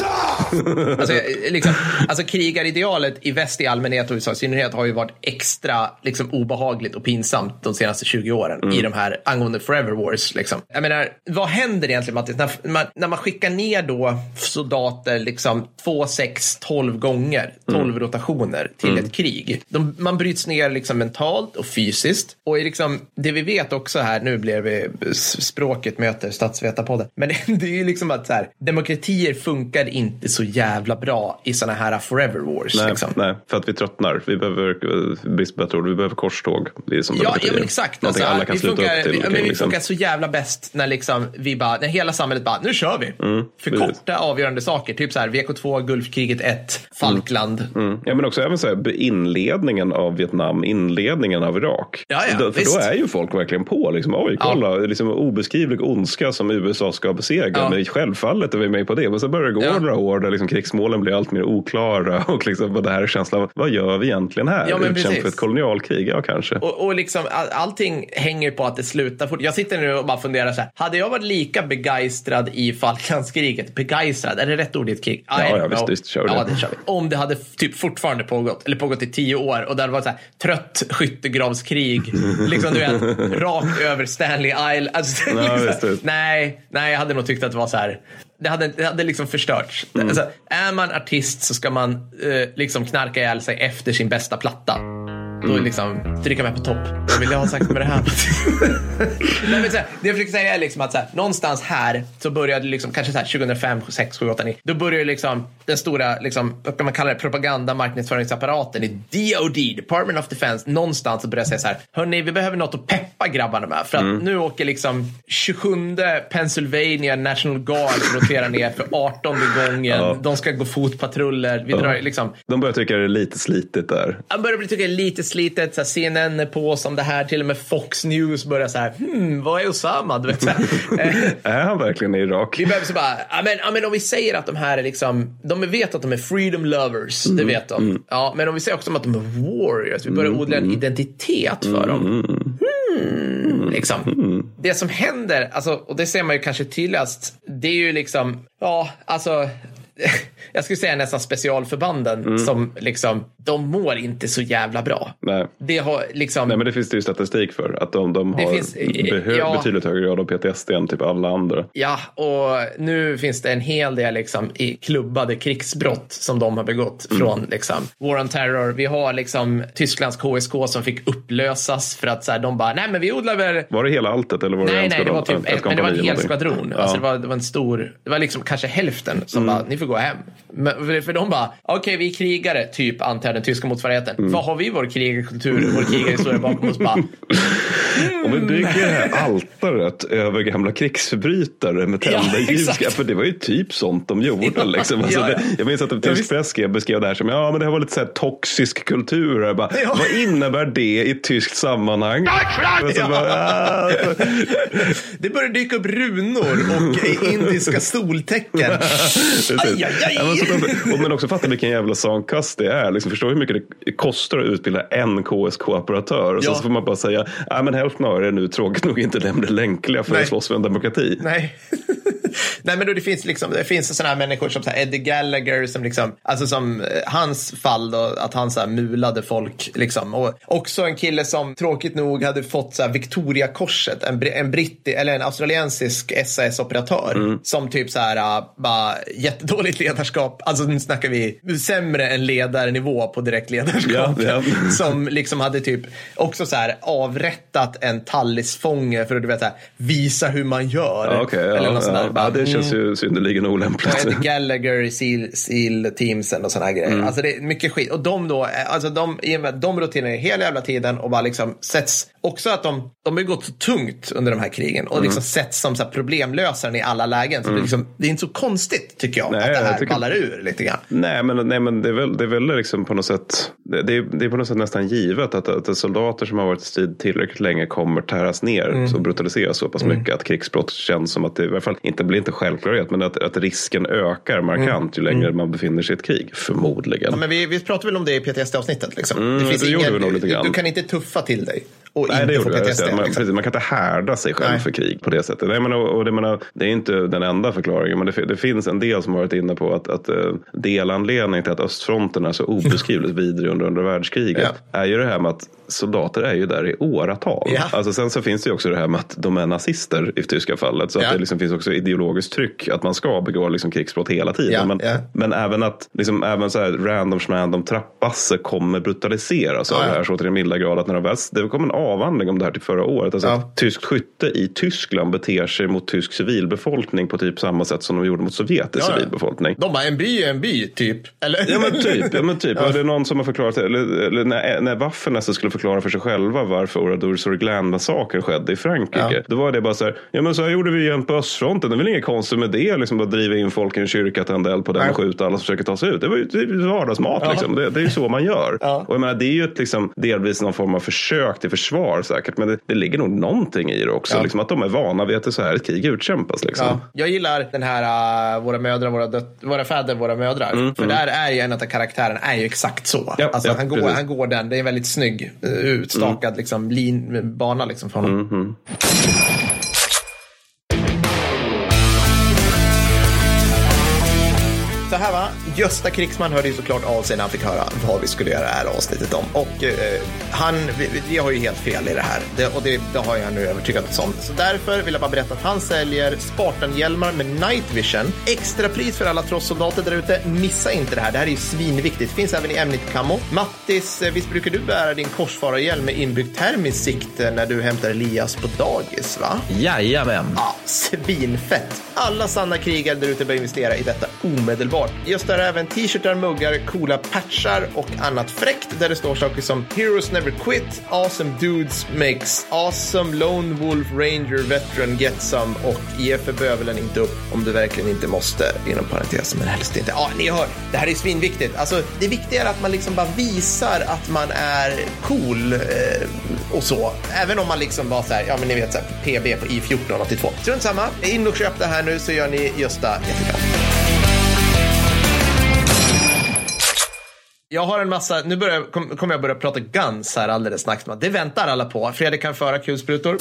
alltså, liksom, alltså krigaridealet i väst i allmänhet och U S A i synnerhet har ju varit extra liksom, obehagligt och pinsamt de senaste tjugo åren mm. i de här angående Forever Wars. Liksom. Jag menar, vad händer egentligen, Mattis, när man, när man skickar ner då soldater liksom två, sex, tolv gånger, tolv mm. rotationer till mm. ett krig. De, man bryts ner liksom mentalt och fysiskt. Och liksom, det vi vet också här, nu blir vi språket möter statsvetarpodden, men det är ju liksom att så här, demokratier funkar inte så jävla bra i såna här Forever Wars. Nej, liksom. nej, för att vi tröttnar. Vi behöver, brist på bättre ord, vi behöver korståg. Vi är som ja, ja, men exakt. Alltså, alla kan vi sluta funkar, upp till. Vi, Kring, men vi liksom. funkar så jävla bäst när, liksom, vi bara, när hela samhället bara, nu kör vi. Mm, för precis. Korta avgörande saker. Typ så här, V K två, Gulfkriget ett, Falkland. Mm. Mm. Ja, men också även så här, inledningen av Vietnam, inledningen av Irak. Ja, ja, då, för visst. då är ju folk verkligen på. Liksom, oj, kolla, ja. liksom, obeskrivlig ondska som U S A ska besegra. Ja. Men självfallet är vi med på det. Men så börjar det gå ja. några år där liksom, krigsmålen blir allt mer oklara. Och liksom, vad det här är känslan av, vad gör vi egentligen här? Ja, Utkämpa för ett kolonialkrig, ja kanske. Och, och liksom, all, allting hänger på att det slutar fort. Jag sitter nu och bara funderar så här. Hade jag varit lika begeistrad i Falklandskriget? Begeistrad, är det rätt ord i ett krig? Ja, ja, ja visst, visst, kör vi ja, det. det kör vi. Om det hade typ fortfarande pågått, eller pågått i tio år och det hade varit så här, trött skyttegravskrig, liksom du vet, rakt över Stanley Isle. Alltså, ja, liksom, visst, visst. Nej, nej, jag hade nog tyckt att det var så här. Det hade, det hade liksom förstörts. Mm. Alltså, är man artist så ska man eh, liksom knarka ihjäl sig efter sin bästa platta. Då är liksom trycka med på topp. Jag vill ha sagt med det här. Nej, men så här, det jag försöker säga är liksom att så här, någonstans här så började liksom kanske så här tjugohundrafem, sex, sju, åtta, nio. Då började liksom den stora liksom, vad kan man kalla det, propaganda marknadsföringsapparaten i D O D, Department of Defense, någonstans så började säga så här: hörni, vi behöver något att peppa grabbarna med, för att mm. nu åker liksom tjugosjunde Pennsylvania National Guard roterar ner för artonde gången. Ja. De ska gå fotpatruller. Vi drar ja. liksom. De börjar tycka det är lite slitigt där. De börjar tycka det är lite slitet, så här, C N N är på som det här, till och med Fox News börjar så här, hmm, vad är Osama? Du vet, så här. Är han verkligen i Irak? Vi behöver så bara, ja men, ja men om vi säger att de här är liksom, de vet att de är freedom lovers, mm, det vet de. Mm. Ja, men om vi säger också att de är warriors, vi börjar mm, odla en identitet för mm, dem. Mm, mm, liksom. Mm. Det som händer, alltså, och det ser man ju kanske tydligast, det är ju liksom, ja, alltså jag skulle säga nästan specialförbanden mm. som liksom, de mår inte så jävla bra. Nej. Det har liksom... Nej, men det finns det ju statistik för. Att de, de har finns, behö- ja. betydligt högre grad av P T S D än typ alla andra. Ja, och nu finns det en hel del liksom i klubbade krigsbrott som de har begått mm. från liksom War on Terror. Vi har liksom Tysklands K S K som fick upplösas för att så här, de bara, nej men vi odlar väl... Var det hela alltet eller var det nej, en nej, det var typ ett, ett, men det var en hel skvadron. Ja. Alltså det var, det var en stor, det var liksom kanske hälften som mm. bara, ni får gå hem. Men för, för de bara, okej okay, vi är krigare, typ antar den tyska motsvarigheten. Mm. Vad har vi vår krigarkultur, vår krigarhistoria bakom oss? Bara, mm. Och vi bygger det här altaret över gamla krigsförbrytare med tända ja, ljus. För det var ju typ sånt de gjorde. Ja, liksom. Alltså, ja, ja. Det, jag minns att en tysk press beskrev det här som, ja men det har varit lite så här toxisk kultur. Jag bara, ja. Vad innebär det i ett tyskt sammanhang? Ja. Så bara, ah. Det börjar dyka upp runor och indiska soltecken. Aj, aj, aj. Ja, men, så, men också fatta vilken jävla sångkast det är. Liksom, förstå hur mycket det kostar att utbilda en K S K-operatör. Och ja. så får man bara säga, nej men hälften av det är nu tråkigt nog inte lämna länkliga för nej. att slåss för en demokrati. Nej. Nej, men då det finns liksom, det finns sådana här människor som så här Eddie Gallagher som liksom, alltså som hans fall då, att han så här mulade folk liksom, och också en kille som tråkigt nog hade fått så här Victoria-korset, en, en britti eller en australiensisk S A S-operatör mm. som typ så här bara jättedåligt ledarskap, alltså nu snackar vi sämre än ledarnivå på direkt ledarskap, ja, ja. som liksom hade typ också så här avrättat en tallisfånge för att du vet så här, visa hur man gör ja, okay, ja, eller något sånt där. Ja, det känns ju synnerligen olämpligt. Och Eddie Gallagher i Seal, Seal Teamsen och såna här grejer. Mm. Alltså det är mycket skit. Och de då, alltså de, de roterar hela jävla tiden och bara liksom sätts, också att de, de har gått så tungt under de här krigen och mm. liksom sätts som så här problemlösaren i alla lägen. Så mm. det, är liksom, det är inte så konstigt tycker jag, nej, att det här tycker... ballar ur lite grann. Nej, men, nej, men det är väl, det är väl liksom på något sätt, det, det, är, det är på något sätt nästan givet att, att soldater som har varit i strid tillräckligt länge kommer täras ner mm. så brutaliseras så pass mm. mycket att krigsbrott känns som att det i alla fall inte blir inte självklarhet, men att, att risken ökar markant mm. ju längre mm. man befinner sig i ett krig, förmodligen. Ja, men vi, vi pratar väl om det i P T S D-avsnittet liksom. Mm, det finns det ingen, vi nog lite du, grann. du kan inte tuffa till dig och Nej, inte det få P T S D. man, liksom. man kan inte härda sig själv Nej. för krig på det sättet. Nej, men, och, och det, menar, det är inte den enda förklaringen, men det, det finns en del som har varit inne på att, att uh, delanledning till att östfronten är så obeskrivligt vidrig under andra världskriget ja. är ju det här med att soldater är ju där i åratal. Ja. Alltså sen så finns det ju också det här med att de är nazister i tyska fallet. Så ja. att det liksom finns också ideologiskt tryck att man ska begå liksom krigsbrott hela tiden. Ja. Men, ja. men även att liksom, även så här random random trappasse kommer brutaliseras ja. av det här så till den milda grad att när de väl, det kom en avhandling om det här till förra året. Alltså ja. att tyskt skytte i Tyskland beter sig mot tysk civilbefolkning på typ samma sätt som de gjorde mot sovjetisk ja. civilbefolkning. De bara, en by är en by, typ. Eller? Ja men typ. Ja, men typ. Ja. Och det är någon som har förklarat, eller, eller när, när Waffen-S skulle förklara för sig själva varför Oradour-sur-Glane-massakern skedde i Frankrike. Ja. Då var det bara så här, ja men så här gjorde vi igen på östfronten. Det är väl inget konstigt med det, liksom bara driva in folk i en kyrka, tända eld på den och skjuta alla som försöker ta sig ut. Det var ju det är vardagsmat ja. liksom. Det, det är ju så man gör. Ja. Och jag menar, det är ju ett, liksom, delvis någon form av försök till försvar säkert, men det, det ligger nog någonting i det också. Ja. Liksom, att de är vana vid att det så här ett krig utkämpas. Liksom. Ja. Jag gillar den här uh, våra mödrar, våra, döt- våra fäder, våra mödrar. Mm. För mm. där är ju en av karaktären är ju exakt så. Ja. Alltså, ja, han, går, han går den, det är en väldigt snygg uh, utstakad mm. liksom, lin, bana liksom, från honom. Mm. Så här va, Gösta Krigsman hörde ju såklart av sig när han fick höra vad vi skulle göra det här avsnittet om. Och eh, han, vi, vi har ju helt fel i det här. Det, och det, det har jag nu övertygat oss om. Så därför vill jag bara berätta att han säljer Spartan-hjälmar med Night Vision. Extra pris för alla trosssoldater där ute. Missa inte det här. Det här är ju svinviktigt. Finns även i M nittio-kammo. Mattis, visst brukar du bära din korsfararhjälm med inbyggt termiskt sikte när du hämtar Elias på dagis, va? Jajamän. Ja, svinfett. Alla sanna krigare där ute bör investera i detta omedelbart. Just där även t-shirtar, muggar, coola patchar och annat fräckt där det står saker som Heroes never quit, awesome dudes makes awesome, lone wolf, ranger, veteran, get some och ge för bövelen inte upp om du verkligen inte måste, inom parentes, men helst inte. Ja, ni hör, det här är svinviktigt. Alltså, det viktiga är att man liksom bara visar att man är cool eh, och så. Även om man liksom bara så här, ja men ni vet så här, P B på I fjorton åttiotvå. Strunt samma, in och köp det här nu så gör ni Gösta jätteglad. Jag har en massa, nu börjar, kom, kommer jag börja prata guns här alldeles snart. Det väntar alla på. Fredrik kan föra kulsprutor.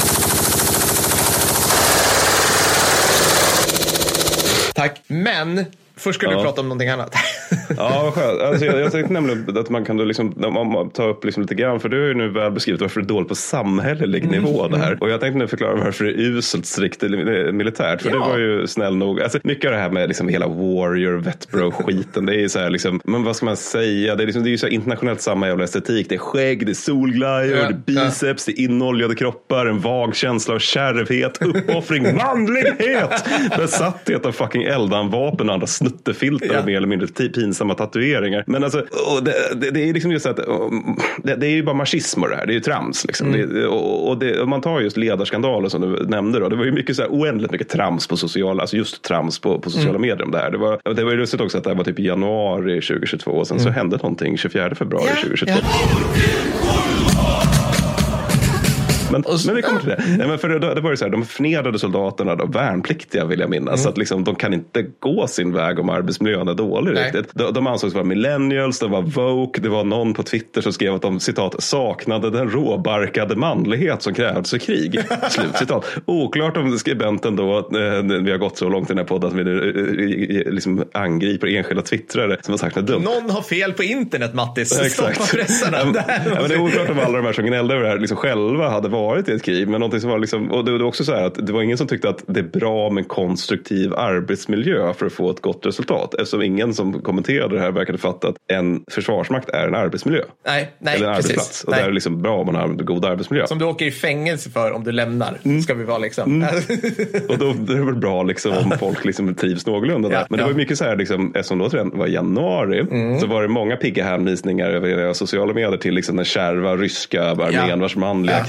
Tack, men först skulle ja. du prata om någonting annat. Ja, skönt. Alltså, jag, jag tänkte nämligen att man kan då liksom, man ta upp liksom lite grann, för du har ju nu väl beskrivit varför det är dåligt på samhällelig mm. nivå det här. Och jag tänkte nu förklara varför det är uselt strikt militärt. För ja. du var ju snäll nog. Alltså, mycket av det här med liksom hela warrior, vetbro-skiten, det är ju så här liksom, men vad ska man säga? Det är, liksom, det är ju så internationellt samma jävla estetik. Det är skägg, det är solglajjor, ja. det är biceps, ja. det är inoljade kroppar, en vag känsla av kärvhet, uppoffring, manlighet, besatthet av fucking eldanvapen och andra snuttefilter ja. och mer eller mindre pinsamma tatueringar. Men alltså, det, det, det är liksom just att det, det är ju bara marxism och det här. Det är ju trams liksom. Mm. Det, och, och det, om man tar just ledarskandaler som du nämnde då, det var ju mycket så här oändligt mycket trams på sociala, alltså just trams på, på sociala mm. medier om det här. Det var, det var ju lustigt också att det var typ i januari tjugohundratjugotvå och sen mm. så hände någonting tjugofjärde februari yeah. tjugohundratjugotvå. Yeah. Men, men vi kommer till det. Nej, men för det, det var ju så här, de förnedrade soldaterna, de värnpliktiga vill jag minnas, mm. så att liksom, de kan inte gå sin väg om arbetsmiljön är dålig riktigt. De, de ansågs vara millennials, de var woke, det var någon på Twitter som skrev att de, citat, saknade den råbarkade manlighet som krävdes i krig. Slut, citat. Oklart om skribenten då, eh, vi har gått så långt i den här podden att vi nu eh, liksom angriper enskilda twittrare som har sagt något dumt. Någon har fel på internet, Mattis. Exakt. Stoppa pressarna. Ja, men det är oklart om alla de här som gnällde över det här liksom själva hade varit i ett krig, men någonting som var liksom, och det var också så här att det var ingen som tyckte att det är bra med konstruktiv arbetsmiljö för att få ett gott resultat, eftersom ingen som kommenterade det här verkade fatta att en försvarsmakt är en arbetsmiljö. Nej, nej, eller en precis. Arbetsplats. Och nej. Det är liksom bra om man har en god arbetsmiljö. Som du åker i fängelse för om du lämnar, mm. ska vi vara liksom. Mm. Och då är det väl bra liksom om folk liksom trivs någorlunda där. Ja, men det ja. var mycket så här liksom, eftersom då det var januari, mm. så var det många pigga hänvisningar över sociala medier till liksom den kärva ryska armén, ja. vars manliga ja. krigarkultur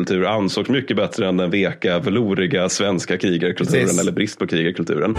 krigarkultur ansågs mycket bättre än den veka, veloriga svenska krigarkulturen. Precis. Eller brist på krigarkulturen.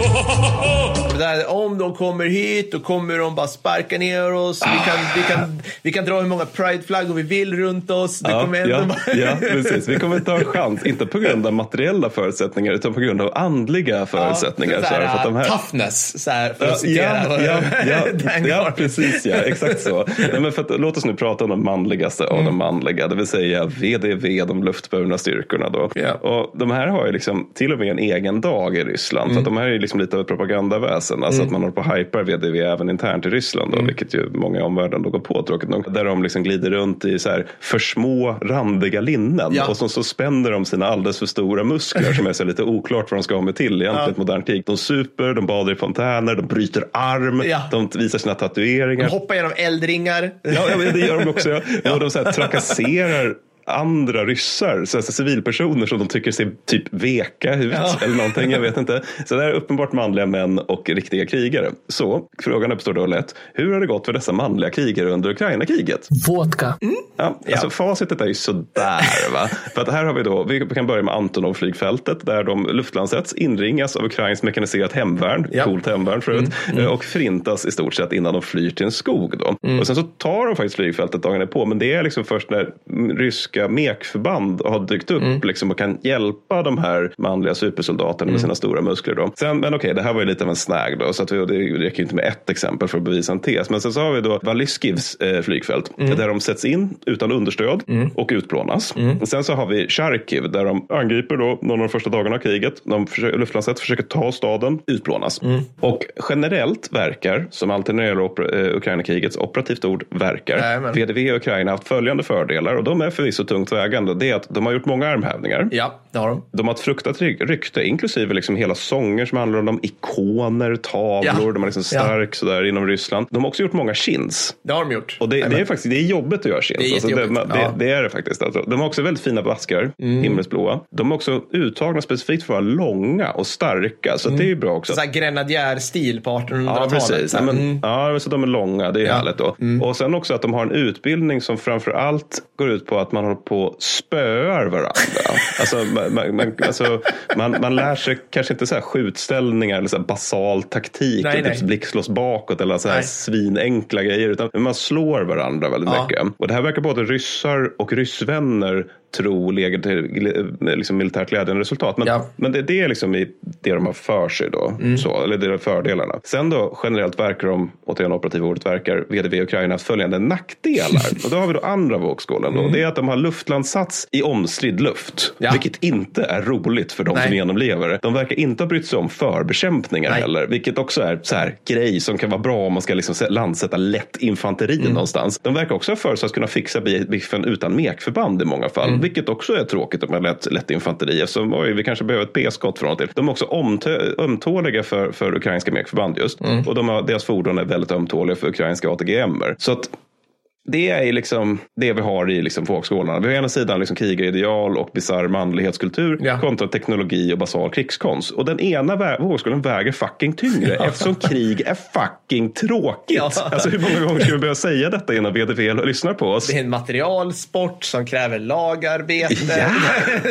Där, om de kommer hit, då kommer de bara sparka ner oss. Vi kan, vi kan, vi kan dra hur många prideflaggor vi vill runt oss. Det ja, kommer ändå ja, bara... ja, precis. Vi kommer inte ha en chans, inte på grund av materiella förutsättningar utan på grund av andliga förutsättningar. Ja, så här, för att de här... toughness, så här, för att ja, citera. Ja, ja, ja, ja, precis, ja, exakt så. Nej, men för att, låt oss nu prata om de manligaste av mm. de manliga, det vill säga V D V, de luftburna styrkorna då. Yeah. Och de här har ju liksom till och med en egen dag i Ryssland, mm. så att de här är ju liksom lite av ett propagandaväsen, alltså mm. att man håller på att hypar V D V även internt i Ryssland då, mm. vilket ju många i omvärlden då går på, tråkigt nog, där de liksom glider runt i så här för små randiga linnen ja. och så, så spänner de sina alldeles för stora muskler som är så lite oklart vad de ska ha med till egentligen ja. ett modernt krig. De super, de badar i fontäner, de bryter arm, ja. de visar sina tatueringar. De hoppar genom eldringar. Ja, det gör de också. Ja. Ja. Och de så här trakasserar andra ryssar, så alltså civilpersoner som de tycker ser typ veka ut ja. eller någonting, jag vet inte. Så det är uppenbart manliga män och riktiga krigare. Så frågan uppstår då lätt, hur har det gått för dessa manliga krigare under Ukraina-kriget? Vodka. Mm. Ja, alltså ja. facitet är ju sådär va. För att här har vi då, vi kan börja med Antonov-flygfältet där de luftlandsätts, inringas av Ukrains mekaniserat hemvärn, ja. coolt hemvärn förut, mm. Mm. och förintas i stort sett innan de flyr till en skog då. Mm. Och sen så tar de faktiskt flygfältet dagarna på, men det är liksom först när ryska mekförband har dykt upp mm. liksom, och kan hjälpa de här manliga supersoldaterna mm. med sina stora muskler då. Sen, men okej, det här var ju lite av en snäg då, så att vi, det räcker ju inte med ett exempel för att bevisa en tes. Men sen så har vi då Valyskivs eh, flygfält mm. där de sätts in utan understöd mm. och utplånas. Mm. Sen så har vi Charkiv där de angriper då någon av de första dagarna av kriget. De försöker, luftlandsätt försöker ta staden, utplånas. Mm. Och generellt verkar, som alltid när det gäller opera, eh, Ukraina-krigets operativt ord verkar, Nej, V D V och Ukraina har haft följande fördelar, och de är förvisso tungt vägande. Det är att de har gjort många armhävningar. Ja, det har de. De har ett fruktat rykte, inklusive liksom hela sånger som handlar om dem, ikoner, tavlor, ja. de är liksom stark ja. sådär inom Ryssland. De har också gjort många chins. Det har de gjort. Och det, det är faktiskt, det är jobbigt att göra chins. Det är, alltså det, det, ja. det är det faktiskt. Alltså. De har också väldigt fina baskar, mm. himmelsblåa. De är också uttagna specifikt för att vara långa och starka, så mm. det är ju bra också. Så här grenadjärstil på artonhundratalet. Ja, precis. Ja, men, mm. ja, så de är långa, det är ja. härligt då. Mm. Och sen också att de har en utbildning som framförallt går ut på att man håller på spöar varandra. Alltså, man, man, alltså, man, man lär sig kanske inte så här skjutställningar eller så här basal taktik, nej, eller typ blick slås bakåt eller så här svinenkla grejer, utan man slår varandra väldigt ja. mycket. Och det här verkar både ryssar och ryssvänner tro leder till liksom militärt glädjande resultat. Men, ja. men det, det är liksom i det de har för sig då. Mm. Så, eller det är fördelarna. Sen då generellt verkar de, återigen operativa ordet verkar, V D V och Ukraina haft följande nackdelar. Och då har vi då andra vågskålen då. Mm. Det är att de har luftlandsats i omstridd luft. Ja. Vilket inte är roligt för de Nej. som genomlever. De verkar inte ha brytt sig om förbekämpningar Nej. heller. Vilket också är så här grej som kan vara bra om man ska liksom landsätta lätt infanteri mm. någonstans. De verkar också ha för sig att kunna fixa biffen utan mekförband i många fall. Mm. Vilket också är tråkigt om man lätt, lätt infanteri. Så oj, vi kanske behöver ett P-skott från och till. De är också omtö- ömtåliga för, för ukrainska mekförband just. Mm. Och de har, deras fordon är väldigt ömtåliga för ukrainska A T G M-er. Så att det är liksom det vi har i liksom vågskålarna. Vi har ena sidan liksom krigarideal och bizarr manlighetskultur ja. kontra teknologi och basal krigskonst. Och den ena vä- vågskålen väger fucking tyngre ja. eftersom krig är fucking tråkigt. Ja. Alltså hur många gånger ska vi behöva säga detta innan V D V lyssnar på oss? Det är en materialsport som kräver lagarbete. Ja.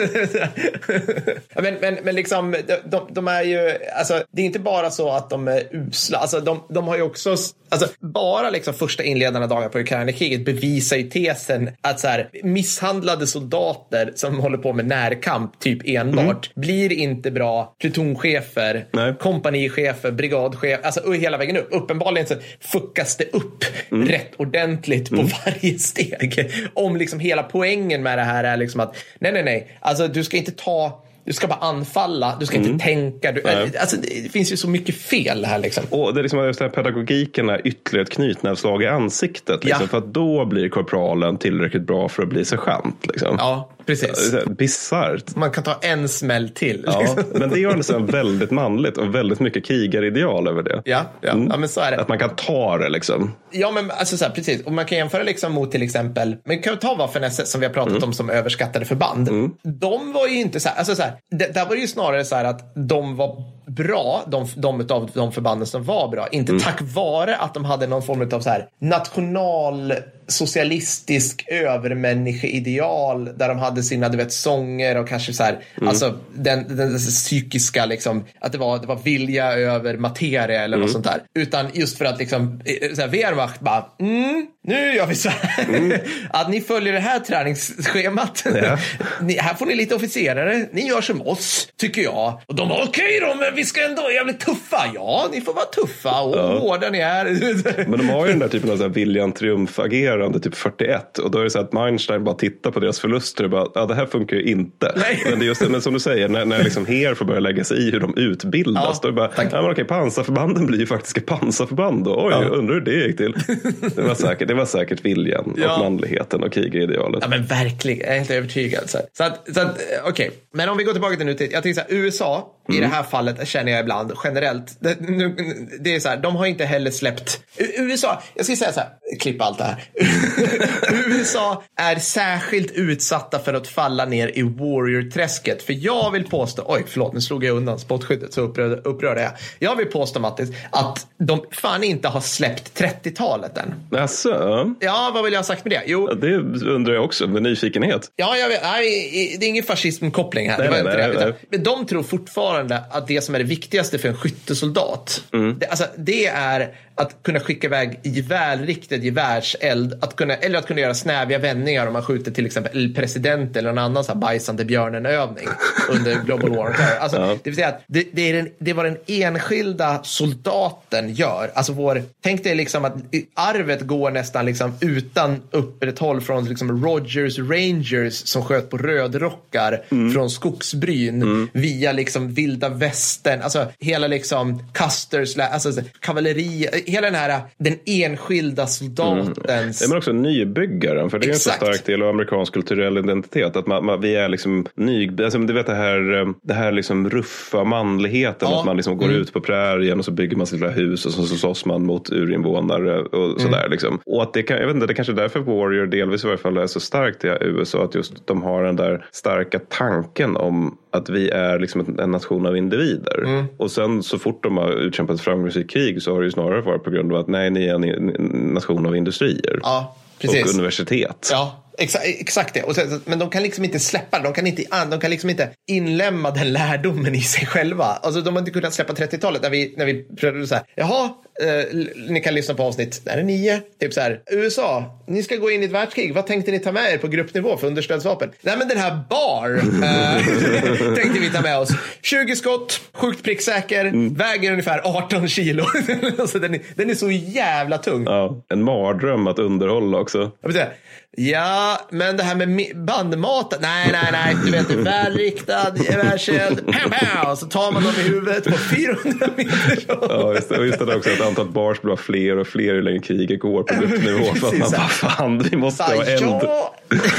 men, men, men liksom de, de är ju, alltså det är inte bara så att de är usla. Alltså de, de har ju också, alltså bara liksom första inledande dagar på Ukraina-kriget bevisar ju tesen att så här, misshandlade soldater som håller på med närkamp typ enbart mm. blir inte bra plutonchefer, Nej. kompanichefer, brigadchefer, alltså och hela vägen upp. Uppenbarligen så fuckas det upp mm. rätt ordentligt på mm. varje steg. Om liksom hela poängen med det här är liksom att nej, nej, nej. Alltså du ska inte ta Du ska bara anfalla, du ska mm. inte tänka. Du, alltså, det finns ju så mycket fel här liksom. Och det är liksom just den här pedagogiken är ytterligare ett knytnävslag i ansiktet. Liksom, ja. För att då blir korpralen tillräckligt bra för att bli sergeant. Liksom. Ja, precis. Bizarrt. Man kan ta en smäll till. Ja, liksom. men det gör liksom väldigt manligt och väldigt mycket krigarideal över det. Ja, ja. Mm. ja, men så är det. Att man kan ta det liksom. Ja, men alltså så här, precis. Och man kan jämföra liksom mot till exempel, men kan vi ta Waffen-S S som vi har pratat mm. om som överskattade förband. Mm. De var ju inte så här, alltså så här, det, där var det ju snarare så här att de var bra, de, de av de förbanden som var bra, inte mm. tack vare att de hade någon form av så här national socialistisk övermänniskeideal där de hade sina, du vet, sånger och kanske så här, mm. alltså den, den, den psykiska liksom, att det var, det var vilja över materia eller mm. något sånt där. Utan just för att liksom, så här, Wehrmacht bara, mm, nu gör vi så här. Mm. Att ni följer det här träningsschemat. Ja. Ni, här får ni lite officerare. Ni gör som oss, tycker jag. Och de var okej okay då, men vi ska ändå vara jävligt tuffa. Ja, ni får vara tuffa och ja. hårda ni är. Men de har ju den där typen av så här Viljan triumfagerande typ fyrtioett. Och då är det så att Einstein bara tittar på deras förluster och bara, ja, det här funkar ju inte. Nej. Men det är just det, men som du säger, när, när liksom Heer får börja lägga sig i hur de utbildas, ja, då är det bara, ja, men okej, pansarförbanden blir ju faktiskt pansarförband då. Oj, ja. jag undrar hur det gick till. Det var säkert, det var säkert viljan ja. och manligheten och krigeridealet. Ja, men verkligen, jag är helt övertygad. Så, så att, så att okej. Okay. Men om vi går tillbaka till nu till, jag tänker så här, U S A mm. i det här fallet känner jag ibland generellt, det, nu, det är så här, de har inte heller släppt U S A, jag ska säga så här, klippa allt det här. U S A är särskilt utsatta för att falla ner i warrior-träsket, för jag vill påstå, oj förlåt, nu slog jag undan spottskyddet så upprörde, upprörde jag. Jag vill påstå, Mattis, att de fan inte har släppt trettiotalet än. Alltså, ja, vad vill jag ha sagt med det? Jo, ja, det undrar jag också, med nyfikenhet. Ja, jag vet, nej, det är ingen fascismkoppling här. Nej, det var nej, inte nej, det. Nej. Men de tror fortfarande att det som är det viktigaste för en skyttesoldat, mm. det, alltså, det är att kunna skicka iväg i välriktad gevärseld, att kunna, eller att kunna göra snäviga vändningar om man skjuter till exempel president eller någon annan så här bajsande björnen-övning under Global War. Alltså, ja. Det vill säga att det, det, är den, det var den enskilda soldaten gör. Alltså vår, tänk dig liksom att arvet går nästan liksom utan upprätthåll från liksom Rogers Rangers som sköt på rödrockar mm. från skogsbryn mm. via liksom vilda västern, alltså hela liksom Custers, alltså kavalleri, hela den här den enskilda soldatens mm. det är också nybyggaren, för det är Exakt. en så stark del av amerikansk kulturell identitet att man, man, vi är liksom ny, alltså, du vet det här det här liksom ruffa manligheten, ja. att man liksom går mm. ut på prärien och så bygger man sitt lilla hus och så, så slåss man mot urinvånare och sådär mm. liksom. Och att det kan, jag vet inte, det kanske är därför Warrior delvis i varje fall är så starkt i U S A, att just de har den där starka tanken om att vi är liksom en nation av individer. Mm. Och sen så fort de har utkämpat ett framgångsrikt krig så har det ju snarare varit på grund av att nej, ni är en nation av industrier. Ja, precis. Och universitet. Ja. Exakt, exakt det. Och så, men de kan liksom inte släppa, de kan inte, de kan liksom inte inlämna den lärdomen i sig själva. Alltså de har inte kunnat släppa trettiotalet när vi, när vi prövade så här, jaha, eh, ni kan lyssna på avsnitt, där är nio, typ så här, U S A, ni ska gå in i ett världskrig, vad tänkte ni ta med er på gruppnivå för understödsvapen? Nej, men den här bar eh, tänkte vi ta med oss. tjugo skott, sjukt pricksäker, mm. väger ungefär arton kilo. Alltså, den, är, den är så jävla tung. Ja, en mardröm att underhålla också. Jag vill säga, ja, men det här med bandmat, nej, nej, nej, du vet, välriktad, gevärseld, så tar man dem i huvudet på fyrahundra meter. Ja, just det, och just det också att antalet bars blir fler och fler ju längre kriget går på gruppnivå, för att man bara, fan, vi måste ha eld. Ja.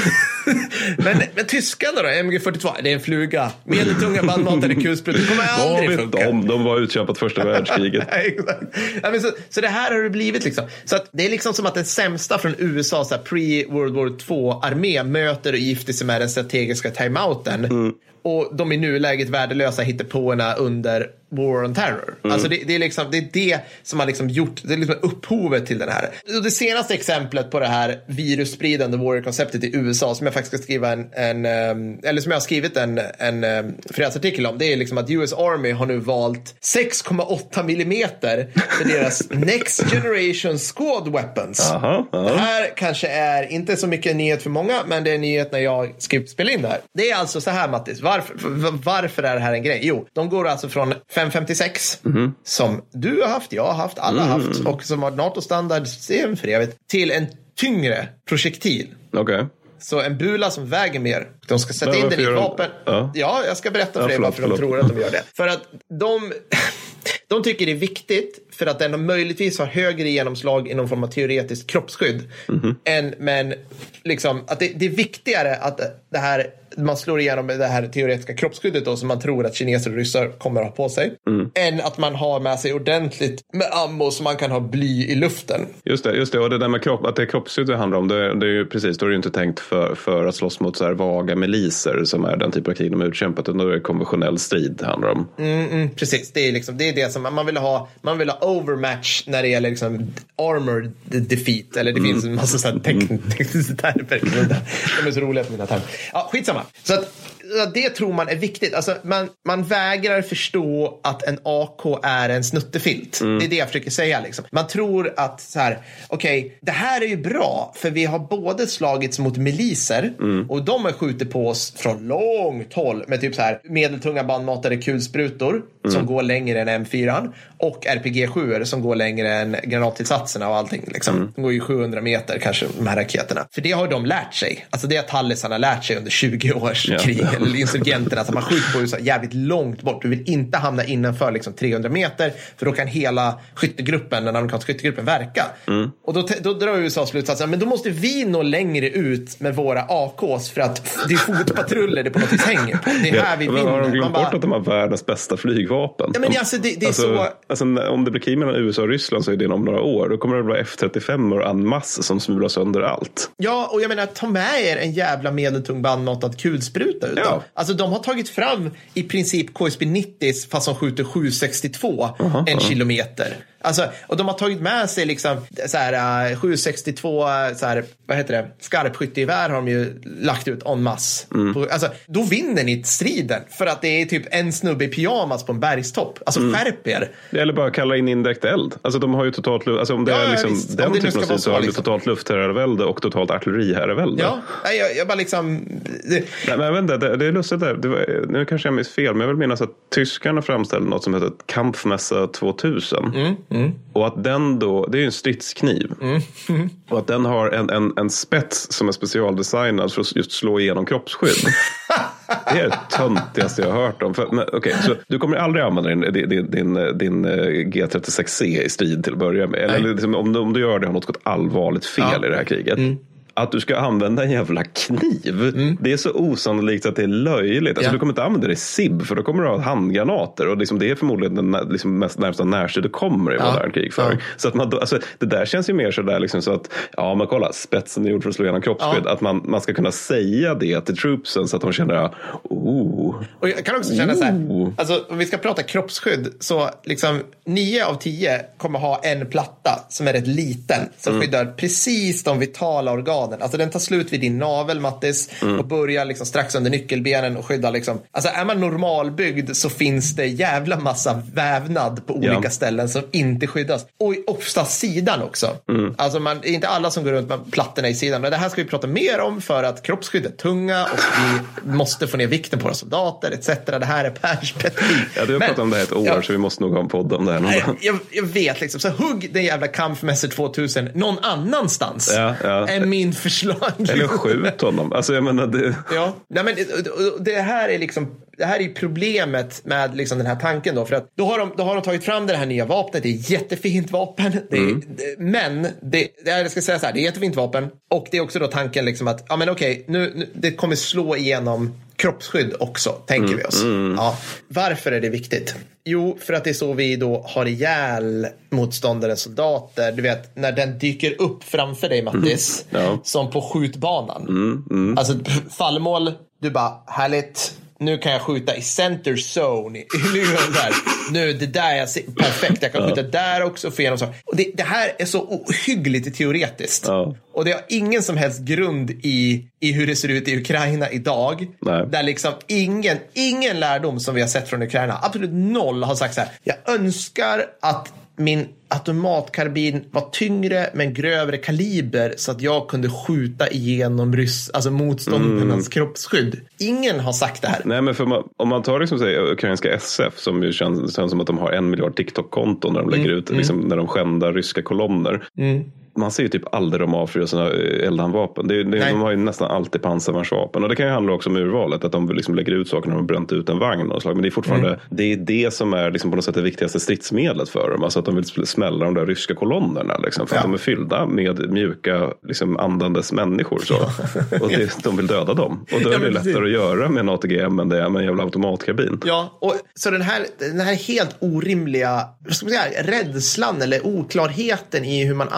men, men tyskarna då, M G fyrtiotvå, det är en fluga, medeltunga bandmatade kulsprut, det kommer aldrig funka. De, de var utkämpat första världskriget. Exakt. Ja, men så, så det här har det blivit liksom, så att det är liksom som att den sämsta från U S A, så här, pre-World War två-armé möter och gifter sig med den strategiska timeouten. Mm. Och de i nuläget värdelösa hittepåerna under War on Terror. Mm. Alltså det, det, är liksom, det är det som har liksom gjort, det är liksom upphovet till den här. Och det senaste exemplet på det här virusspridande warrior-konceptet i U S A, som jag faktiskt ska skriva en, en eller som jag har skrivit en, en fredagsartikel om, det är liksom att U S Army har nu valt sex komma åtta millimeter för deras Next Generation Squad Weapons. Aha, aha. Det här kanske är inte så mycket nyhet för många, men det är nyhet när jag ska spela in det här. Det är alltså så här, Mattis, varför, varför är det här en grej? Jo, de går alltså från fem femtiosex mm. som du har haft, jag har haft, alla har mm. haft, och som har NATO-standard system för evigt, till en tyngre projektil. Okej. Okay. Så en bula som väger mer. De ska sätta in den i vapen. Ja. ja, jag ska berätta för ja, dig varför de tror att de gör det. För att de, de tycker det är viktigt för att den möjligtvis har högre genomslag i någon form av teoretiskt kroppsskydd. Mm-hmm. än, men liksom, att det, det är viktigare att det här, man slår igenom det här teoretiska kroppsskyddet då, som man tror att kineser och ryssar kommer att ha på sig, mm. än att man har med sig ordentligt med ammo så man kan ha bly i luften. Just det, just det. Och det där med kropp, att det är kroppsskydd det handlar om, det, det är ju precis, då är det ju inte tänkt för, för att slåss mot så här vaga miliser som är den typ av krig de har utkämpat, utan då är det konventionell strid det handlar om. Mm, mm, precis, det är liksom, det är det som man vill ha, man vill ha overmatch när det gäller liksom armor defeat, eller det mm. finns en massa sådana tekniska termer. De är så roliga på mina termer. Ja, skitsamma. Så att det tror man är viktigt. Alltså man, man vägrar förstå att en A K är en snuttefilt. Mm. Det är det jag försöker säga liksom. Man tror att så här, okej, okay, det här är ju bra för vi har både slagits mot miliser mm. och de har skjutit på oss från långt håll med typ så här medeltunga bandmatade kulsprutor mm. som går längre än M fyra och R P G sju som går längre än granattillsatserna och allting liksom. Mm. De går ju sjuhundra meter kanske, de här raketerna. För det har de lärt sig. Alltså det har tallisarna lärt sig under tjugo års yeah. krig. Eller insurgenterna, att man skjuter på U S A jävligt långt bort. Du vill inte hamna innanför liksom trehundra meter, för då kan hela skyttegruppen, den amerikanska skyttegruppen, verka. Mm. Och då, då drar U S A slutsatsen, men då måste vi nå längre ut med våra A Ks för att det är fotpatruller det på något vis hänger på. Det är ja, här vi vinner. Har de glömt man bara, bort att de har världens bästa flygvapen? Ja, men alltså, det, det är alltså, så... alltså, om det blir krig mellan U S A och Ryssland så är det om några år. Då kommer det vara F trettiofem och en massa som smular sönder allt. Ja, och jag menar, ta med er en jävla medeltung bandmatad kulspruta utav. Ja. Alltså de har tagit fram i princip K S B nittio fast som skjuter sju sextiotvå uh-huh, en uh-huh. kilometer. Alltså, och de har tagit med sig liksom så här, uh, sju sextiotvå så här, vad heter det, skarpskyttegevär har de ju lagt ut en masse. Mm. På, alltså, då vinner ni striden för att det är typ en snubbe i pyjamas på en bergstopp. Alltså mm. skärp er. Eller bara kalla in indirekt eld. Alltså de har ju totalt, alltså om det ja, är liksom visst. Den det typen av strid så har de liksom. totalt luftherravälde och totalt artilleriherravälde. Ja, jag, jag bara liksom det... Nej, men jag vet inte, det, det är lustigt där. Det var, nu kanske jag minns fel, men jag vill minnas att tyskarna framställde något som heter Kampfmesser tvåtusen. Mm. Mm. Och att den då, det är ju en stridskniv. Mm. Mm. Och att den har en, en, en spets som är specialdesignad för att just slå igenom kroppsskydd. Det är det töntigaste jag har hört om. För, men, okay, så du kommer aldrig använda din, din, din, din G trettiosex C i strid till att börja med. Eller liksom, om, du, om du gör det har något gått allvarligt fel ja. i det här kriget. Mm. Att du ska använda en jävla kniv. Mm. Det är så osannolikt att det är löjligt. Alltså, ja. Du kommer inte använda det i S I B, för då kommer du ha handgranater. Och liksom, det är förmodligen den liksom mest närmsta närstrid du kommer i ja. modern krigföring. Ja. Så att man, alltså, det där känns ju mer så där liksom, så att, ja men kolla, spetsen är gjord för att slå igenom kroppsskydd. Ja. Att man, man ska kunna säga det till troopsen så att de känner, oh. Och jag kan också känna oh. så här, alltså om vi ska prata kroppsskydd, så liksom nio av tio kommer ha en platta som är rätt liten, som mm. skyddar precis de vitala organen. Alltså den tar slut vid din navel, Mattis, mm. och börjar liksom strax under nyckelbenen och skyddar liksom. Alltså är man normalbyggd så finns det jävla massa vävnad på olika ja. ställen som inte skyddas. Och ofta sidan också. Mm. Alltså man, det är inte alla som går runt med plattorna i sidan. Men det här ska vi prata mer om, för att kroppsskydd är tunga och vi måste få ner vikten på våra soldater et cetera. Det här är perspektiv. Ja, du har pratat om det här ett år ja. så vi måste nog ha en podd om det här någon gång. Jag, jag vet liksom, så hugg den jävla Kampfmesser tvåtusen någon annanstans ja, ja. än min förslag. Eller skjut honom. Alltså jag menar det... Ja, nej men det här är liksom, det här är problemet med liksom den här tanken då, för att då har de, då har de tagit fram det här nya vapnet. Det är ett jättefint vapen. Det är, mm. det, men det, jag ska säga så här, det är ett jättefint vapen, och det är också då tanken liksom att ja men okej, nu, nu det kommer slå igenom kroppsskydd också, tänker mm. vi oss. Mm. Ja. Varför är det viktigt? Jo, för att det är så vi då har ihjäl motståndarens soldater. Du vet, när den dyker upp framför dig, Mattis, mm. ja. som på skjutbanan. Mm. Mm. Alltså fallmål, du bara, härligt. Nu kan jag skjuta i center zone. Nu, där. nu det där jag ser, perfekt. Jag kan ja. skjuta där också för genom så. Och det, det här är så ohyggligt teoretiskt. Ja. Och det har ingen som helst grund i, i hur det ser ut i Ukraina idag. Nej. Där liksom ingen, ingen lärdom som vi har sett från Ukraina, absolut noll, har sagt så här: jag önskar att min automatkarbin var tyngre men grövre kaliber så att jag kunde skjuta igenom ryss, alltså motståndarnas mm. kroppsskydd. Ingen har sagt det här. Nej, men för man, om man tar liksom, säg, ukrainska S F, som ju känns, känns som att de har en miljard TikTok-konton när de lägger mm. ut, liksom, mm. när de skändar ryska kolonner. Mm. Man ser ju typ aldrig de avfyrar sina eldhandvapen. Det, det, de har ju nästan alltid pansarvärnsvapen. Och det kan ju handla också om urvalet. Att de liksom lägger ut saker när de har bränt ut en vagn. Och slag. Men det är fortfarande mm. det, är det som är liksom på något sätt det viktigaste stridsmedlet för dem. Alltså att de vill smälla de där ryska kolonnerna. Liksom, för ja. att de är fyllda med mjuka liksom, andandes människor. Så. Och det, de vill döda dem. Och då är ja, det lättare att göra med en A T G M än det är med en jävla automatkarbin. Ja, och så den här, den här helt orimliga, vad ska man säga, rädslan eller oklarheten i hur man använder, alltså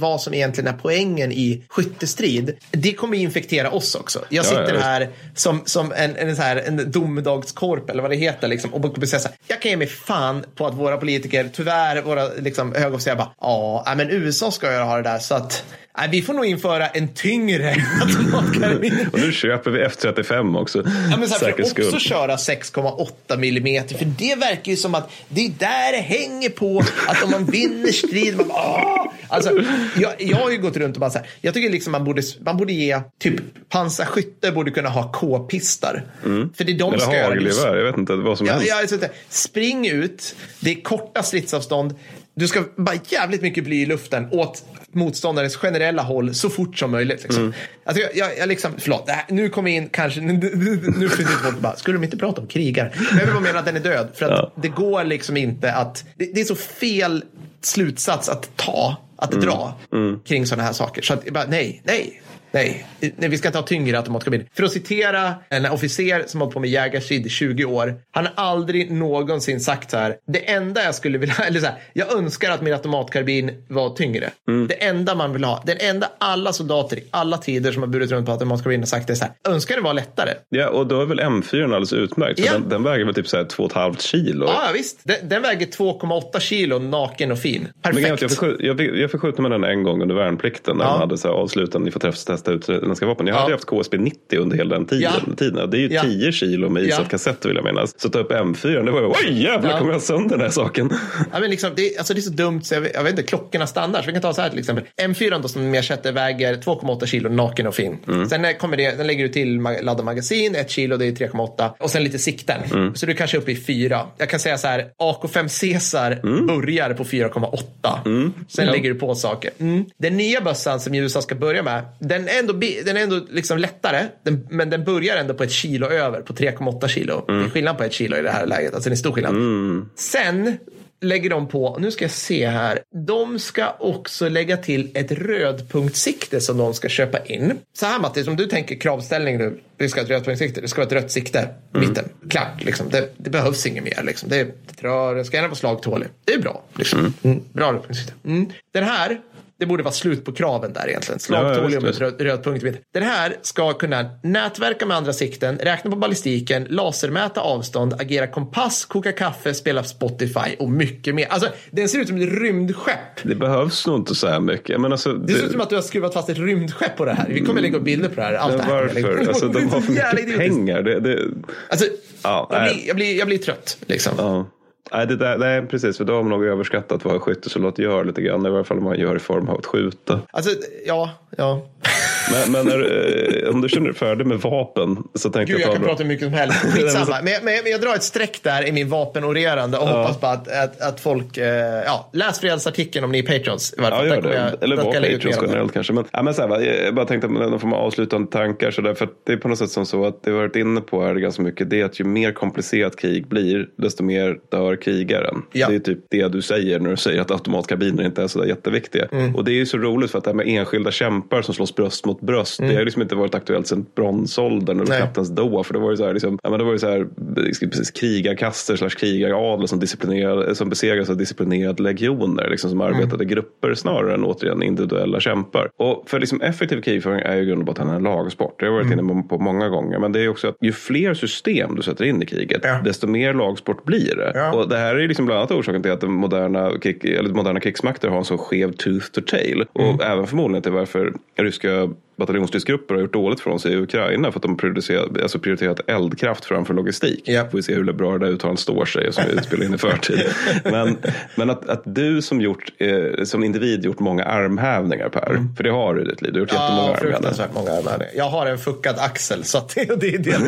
vad som egentligen är poängen i skyttestrid, det kommer infektera oss också. Jag sitter ja, ja, här som, som en, en, så här, en domedagskorp eller vad det heter liksom, och kommer säga så här, jag kan ge mig fan på att våra politiker, tyvärr våra liksom, högofficerare bara, ja men U S A ska ju ha det där så att nej, vi får nog införa en tyngre automatkarbin. Och nu köper vi F trettiofem också. Ja, men så här, för också skull. Köra sex komma åtta millimeter. För det verkar ju som att det är där det hänger på. Att om man vinner strid, man bara, alltså, jag, jag har ju gått runt och bara så här. Jag tycker liksom man borde, man borde ge, typ pansarskytte borde kunna ha K-pistar. Mm. För det är de eller ska göra. Hagelgevär, jag vet inte vad som ja, helst. Ja, alltså, spring ut, det är korta stridsavstånd. Du ska bara jävligt mycket bly i luften åt motståndarens generella håll så fort som möjligt. Liksom. Mm. Alltså jag, jag, jag liksom, förlåt, här, nu kommer in kanske, nu, nu finns det folk bara, skulle de inte prata om krigar? Men jag vill bara mena att den är död. För att ja. det går liksom inte att, det, det är så fel slutsats att ta, att mm. dra mm. kring sådana här saker. Så att, bara, nej, nej. Nej, nej, vi ska inte ha tyngre automatkarbin. För att citera en officer som har hållit på med jägarskydd i tjugo år. Han har aldrig någonsin sagt så här. Det enda jag skulle vilja, eller så här, jag önskar att min automatkarbin var tyngre. Mm. Det enda man vill ha, den enda alla soldater i alla tider som har burit runt på automatkarbin har sagt det är så här. Önskar det var lättare. Ja, och då är väl M fyra alldeles utmärkt. För ja. den, den väger väl typ så här två och ett halvt kilo. Ja, visst. Den, den väger två komma åtta kilo, naken och fin. Perfekt. Men jag, fick, jag, fick, jag fick skjuta med den en gång under värnplikten. När ja. man hade så här avslutande, ni får träffstesta utländska vapen. Jag ja. hade haft K S B nittio under hela den tiden. Ja. tiden. Det är ju ja. tio kilo med isat ja. kassett vill jag minnas. Så ta upp M fyra, det var ju, oj jävlar ja. kommer jag sönder den här saken. Ja, men liksom, det, alltså det är så dumt så jag vet, jag vet inte, klockorna standard. Så vi kan ta så här till exempel. M fyra då som jag köpte väger två komma åtta kilo, naken och fin. Mm. Sen kommer det, den lägger du till ladda magasin, ett kilo, det är tre komma åtta. Och sen lite sikten. Mm. Så du kanske är uppe i fyra. Jag kan säga så här, A K fem Caesar mm. börjar på fyra komma åtta. Mm. Sen ja. lägger du på saker. Mm. Den nya bössan som U S A ska börja med, den är ändå, den är ändå liksom lättare, den, men den börjar ändå på ett kilo över, på tre komma åtta kilo. Mm. Det är skillnad på ett kilo i det här läget, alltså det är stor skillnad. Mm. Sen lägger de på, nu ska jag se här, de ska också lägga till ett rödpunktsikte som de ska köpa in. Så här Matti, som du tänker kravställning nu, vi ska ha ett rödpunktsikte, det ska vara ett rött sikte i mm. mitten, klart liksom, det, det behövs inget mer liksom, det, det, rör, det ska gärna vara slagtålig, det är bra liksom. Mm. Mm. Bra rödpunktsikte. Mm. Den här, det borde vara slut på kraven där egentligen. Slagtålig med röd, röd punkt. Den här ska kunna nätverka med andra sikten, räkna på ballistiken, lasermäta avstånd, agera kompass, koka kaffe, spela Spotify och mycket mer. Alltså, den ser ut som ett rymdskepp. Det behövs nog inte så här mycket. Men alltså, det, det ser ut som att du har skruvat fast ett rymdskepp på det här. Vi kommer lägga upp bilder på det här. Allt det här. Varför? Alltså, de har för mycket pengar. Det, det... Alltså, ja, jag, blir, jag, blir, jag blir trött, liksom. Ja. Nej, det där, nej, precis. För då har man nog överskattat vad skyttesoldat gör lite grann. I varje fall om man gör i form av att skjuta. Alltså, ja, ja. Men, men är, om du känner dig färdig med vapen så tänkte Gud, jag... jag kan prata hur mycket som helst. Skitsamma. men, men, men jag drar ett streck där i min vapenorerande och ja. hoppas på att, att, att folk... Eh, ja, läs fredagsartikeln om ni är patrons. Ja, gör det. Jag, eller var patrons generellt kanske. Men, ja, men så här, jag bara tänkte att de får man avslutande tankar. Så där, för det är på något sätt som så att det har varit inne på här ganska mycket. Det är att ju mer komplicerat krig blir, desto mer dör krigaren. Ja. Det är typ det du säger när du säger att automatkarbiner inte är så där jätteviktiga. Mm. Och det är ju så roligt för att det här med enskilda kämpar som slåss bröst mot bröst, mm. det har liksom inte varit aktuellt sedan bronsåldern eller knappt ens då, för det var ju så här liksom, ja men det var ju så här precis, krigarkaster slash krigaradel som disciplinerade, som besegrades av disciplinerade legioner liksom, som arbetade mm. grupper snarare än återigen individuella kämpar. Och för liksom effektiv krigföring är ju grund och botten en lagsport. Det har jag varit mm. inne på många gånger, men det är också att ju fler system du sätter in i kriget, ja. desto mer lagsport blir det. Ja. Och det här är liksom bland annat orsaken till att den moderna, kick, eller moderna krigsmakter har en så skev tooth to tail. Och mm. även förmodligen till varför ryska bataljonsstridsgrupper har gjort dåligt från sig i Ukraina för att de prioriterat, alltså prioriterat eldkraft framför logistik. Yep. Får vi se hur bra det där uttalandet står sig som vi spelar in i förtid. Men, men att, att du som, gjort, eh, som individ gjort många armhävningar, Per, mm. för det har du i ditt liv. Du har gjort ja, jättemånga armhävningar. många armhävningar. Jag har en fuckad axel så att det, det är det.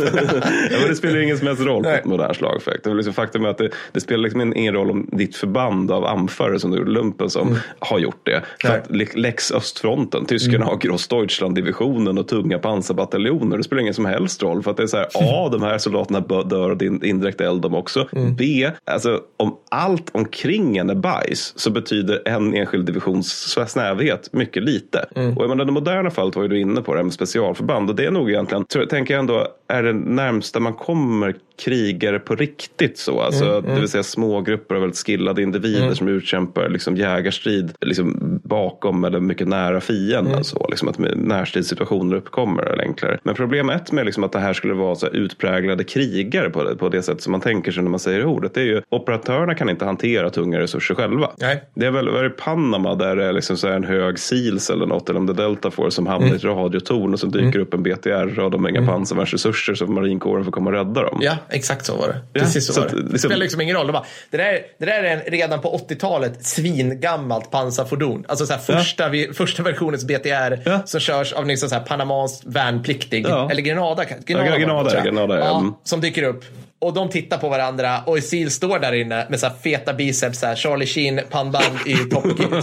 Ja, men det spelar ingen som helst roll på ett modernt slagfäkt. Det är liksom faktum är att det, det spelar liksom ingen roll om ditt förband av anförare som du gjorde lumpen som mm. har gjort det. För att Lex Östfronten, tyskarna mm. har Grostov Deutschland-divisionen och tunga pansarbataljoner. Det spelar ingen som helst roll, för att det är så här, A, de här soldaterna dör av indirekt eld de också. Mm. B, alltså om allt omkring en är bajs så betyder en enskild divisions snävhet mycket lite. Mm. Och jag menar, det moderna fallet var ju du inne på det med specialförband, och det är nog egentligen, så jag tänker ändå, är det närmsta man kommer krigare på riktigt så, alltså mm, mm. det vill säga små grupper av väldigt skillade individer mm. som utkämpar liksom jägarstrid liksom bakom eller mycket nära fienden mm. så, liksom att närstridssituationer uppkommer eller enklare. Men problem ett med liksom att det här skulle vara så utpräglade krigare på det, på det sätt som man tänker sig när man säger ordet, det är ju operatörerna kan inte hantera tunga resurser själva. Nej. Det är väl, väl i Panama där det är liksom så här en hög SEALs eller något, eller om det är Delta Force som hamnar mm. i ett radiotorn och så dyker mm. upp en B T R och de har inga mm. pansarvärnsresurser så marinkåren får komma och rädda dem. Ja, exakt så var det. Ja, Precis så, så var det. Det liksom, spelar liksom ingen roll. De bara, det, där, det där är en, redan på åttiotalet svingammalt pansarfordon. Alltså så här första, ja. vi, första versionens B T R ja. som körs av liksom så här panamanskt värnpliktig. Ja. Eller Grenada. Grenada, ja, Grenada, Grenada ja. Ja, som dyker upp. Och de tittar på varandra och SEAL står där inne med så här feta biceps, så här Charlie Sheen pannband i top,